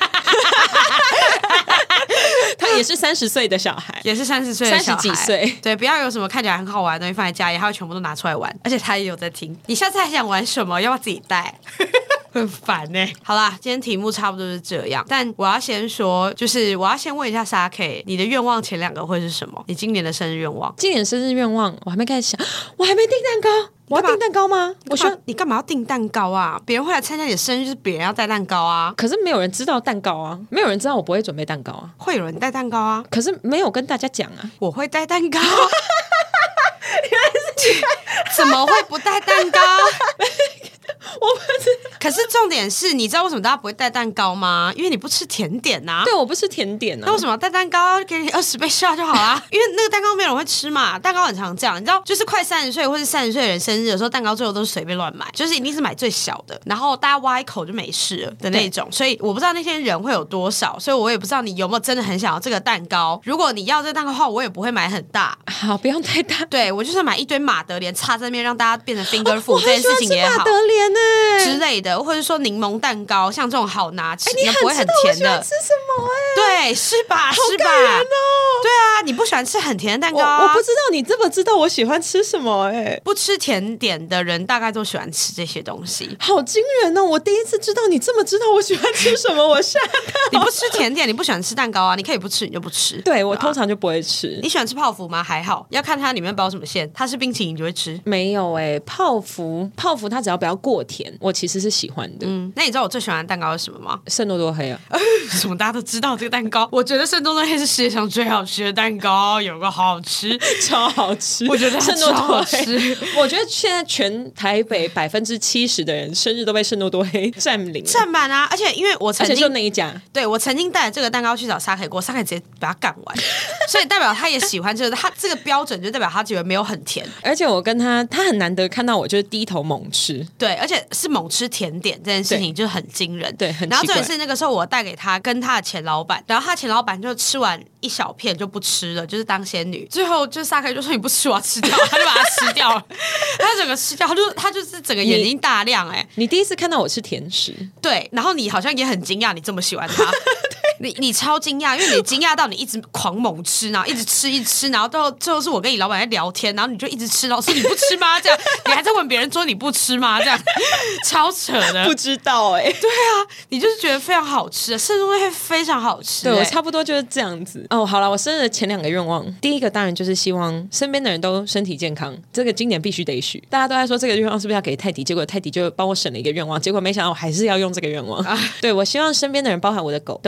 他也是三十岁的小孩， 也是三十岁的小孩， 三十几岁。 对，不要有什么看起来很好玩的东西放在家里，他会全部都拿出来玩。而且他也有在听。你下次还想玩什么？要不要自己带？很烦呢、欸。好啦，今天题目差不多是这样，但我要先说，就是我要先问一下沙 K， 你的愿望前两个会是什么？你今年的生日愿望？ 今年生日愿望我还没开始想，我还没订蛋糕。我要订蛋糕吗？我说你干嘛要订蛋糕啊？别人会来参加你的生日，就是别人要带蛋糕啊。 可是没有人知道蛋糕啊，没有人知道我不会准备蛋糕啊。 会有人带蛋糕啊， 可是没有跟大家讲啊。 我会带蛋糕。原来是这样，怎么会不带蛋糕？ 我不知道。 可是重点是，你知道为什么大家不会带蛋糕吗？因为你不吃甜点啊。 对，我不吃甜点啊。 那为什么要带蛋糕？给你二十倍笑就好啦。因为那个蛋糕没有人会吃嘛，蛋糕很常这样，你知道，就是快三十岁或是三十岁的人生日，有时候蛋糕最后都是随便乱买，就是一定是买最小的，然后大家挖一口就没事了的那种。所以我不知道那天人会有多少，所以我也不知道你有没有真的很想要这个蛋糕。如果你要这个蛋糕的话，我也不会买很大。 好，不用太大。 对，我就是买一堆马德莲插在那边，让大家变成 finger food、哦、这件事情也好。 马德莲呢之类的，或者说柠檬蛋糕，像这种好拿吃， 欸、你不会很甜的。 吃什么、欸？ 对，是吧？是吧？ 哦、 对啊，你不喜欢吃很甜的蛋糕、啊我，我不知道你这么知道我喜欢吃什么哎、欸。 不吃甜点的人大概都喜欢吃这些东西， 好惊人哦！我第一次知道你这么知道我喜欢吃什么，我吓到。 你不吃甜点，你不喜欢吃蛋糕啊？你可以不吃，你就不吃。 对，我通常就不会吃。 你喜欢吃泡芙吗？还好，要看它里面包什么馅。它是冰淇淋，你就会吃。 没有哎、欸，泡芙，泡芙它只要不要过甜，我其实是喜欢的。 嗯，那你知道我最喜欢的蛋糕是什么吗？ 圣诺多黑啊！ 什么大家都知道这个蛋糕？我觉得圣诺多黑是世界上最好吃的蛋糕，有个好吃， 超好吃。 我觉得圣诺多黑， 我觉得现在全台北百分之七十的人生日都被圣诺多黑占领， 占满啊！而且因为我曾经而且就那一家， 对我曾经带着这个蛋糕去找沙凯过，沙凯直接把它干完，所以代表他也喜欢这个，他这个标准就代表他觉得没有很甜。 而且我跟他，他很难得看到我就是低头猛吃， 对，而且是猛吃甜点这件事情就很惊人， 对，很奇怪。 然后重点是那个时候我带给他跟他的前老板，然后他前老板就吃完一小片就不吃了，就是当仙女。最后就沙凯就说你不吃我要吃掉，他就把它吃掉了，他整个吃掉，他就他就是整个眼睛大亮哎、欸。 你第一次看到我吃甜食， 对，然后你好像也很惊讶，你这么喜欢他。你你超惊讶，因为你惊讶到你一直狂猛吃，然后一直吃一直吃，然后最后最后是我跟你老板在聊天，然后你就一直吃，然后说你不吃吗？这样你还在问别人说你不吃吗？这样超扯的， 不知道哎、欸。 对啊，你就是觉得非常好吃，圣诺多黑非常好吃、欸。 对我差不多就是这样子。哦，好了，我生日的前两个愿望，第一个当然就是希望身边的人都身体健康，这个今年必须得许。大家都在说这个愿望是不是要给泰迪，结果泰迪就帮我省了一个愿望，结果没想到我还是要用这个愿望。啊、对我希望身边的人，包含我的狗，都身体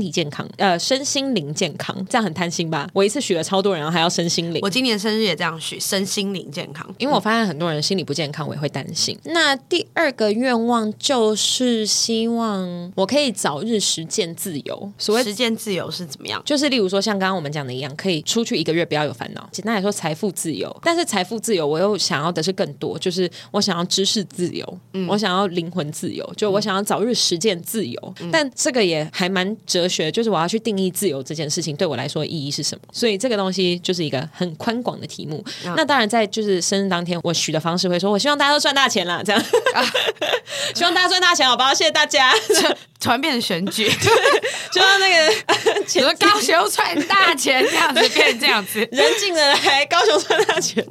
体健康，呃，身心灵健康，这样很贪心吧？我一次许了超多人，然后还要身心灵。 我今年生日也这样许，身心灵健康， 因为我发现很多人心理不健康，我也会担心。那第二个愿望就是希望我可以早日实践自由。所谓实践自由是怎么样？ 就是例如说像刚刚我们讲的一样，可以出去一个月不要有烦恼。简单来说，财富自由。但是财富自由，我又想要的是更多，就是我想要知识自由，嗯、我想要灵魂自由，就我想要早日实践自由。嗯、但这个也还蛮哲学，就是我要去定义自由这件事情对我来说的意义是什么。所以这个东西就是一个很宽广的题目。嗯、那当然，在就是生日当天，我许的方式会说，我希望大家都赚大钱啦，这样，啊、希望大家赚大钱，好不好？谢谢大家。 突然变成选举， 就像那个什么高雄赚大钱这样子，变成这样子， 人进的来，高雄赚大钱。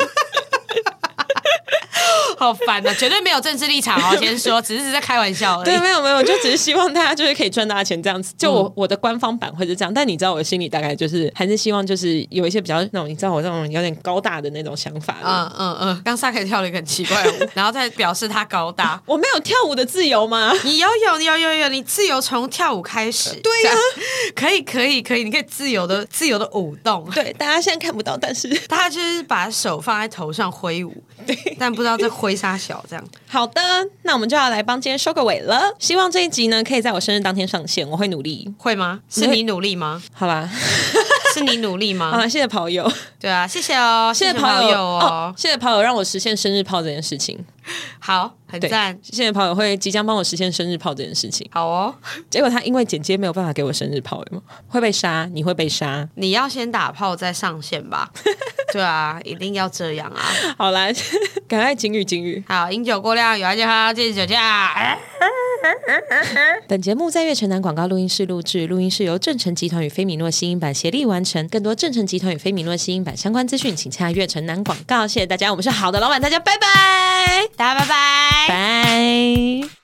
好烦啊！绝对没有政治立场哦，先说，只是在开玩笑而已。 对，没有没有，就只是希望大家就是可以赚大钱这样子。就我、嗯、我的官方版会是这样，但你知道我的心里大概就是还是希望就是有一些比较那种你知道我这种有点高大的那种想法。 嗯嗯嗯，刚萨克跳了一个很奇怪的舞，然后再表示他高大。 我没有跳舞的自由吗？ 你有有有有有，你自由从跳舞开始。 对呀、啊， 可以可以可以，你可以自由的自由的舞动。 对，大家现在看不到，但是大家就是把手放在头上挥舞，对，但不知道在挥啥小这样。 好的，那我们就要来帮今天收个尾了。希望这一集呢可以在我生日当天上线，我会努力。 会吗？是你努力吗？ 好啦。 是你努力吗？ 好了，谢谢跑友。 对啊，谢谢哦， 谢谢跑友哦，哦，谢谢跑友让我实现生日炮这件事情。 好，很赞。 谢谢跑友会即将帮我实现生日炮这件事情。 好哦。 结果他因为剪接没有办法给我生日炮，会被杀，你会被杀。 你要先打炮再上线吧。对啊，一定要这样啊。 好啦，赶快警语警语。 好，饮酒过量有害健康，禁止酒驾。 本节目在月城南广告录音室录制，录音室由正成集团与菲米诺新音版协力完成。更多正成集团与菲米诺新音版相关资讯，请洽月城南广告。谢谢大家，我们是好的老板，大家拜拜， 大家拜拜， 拜。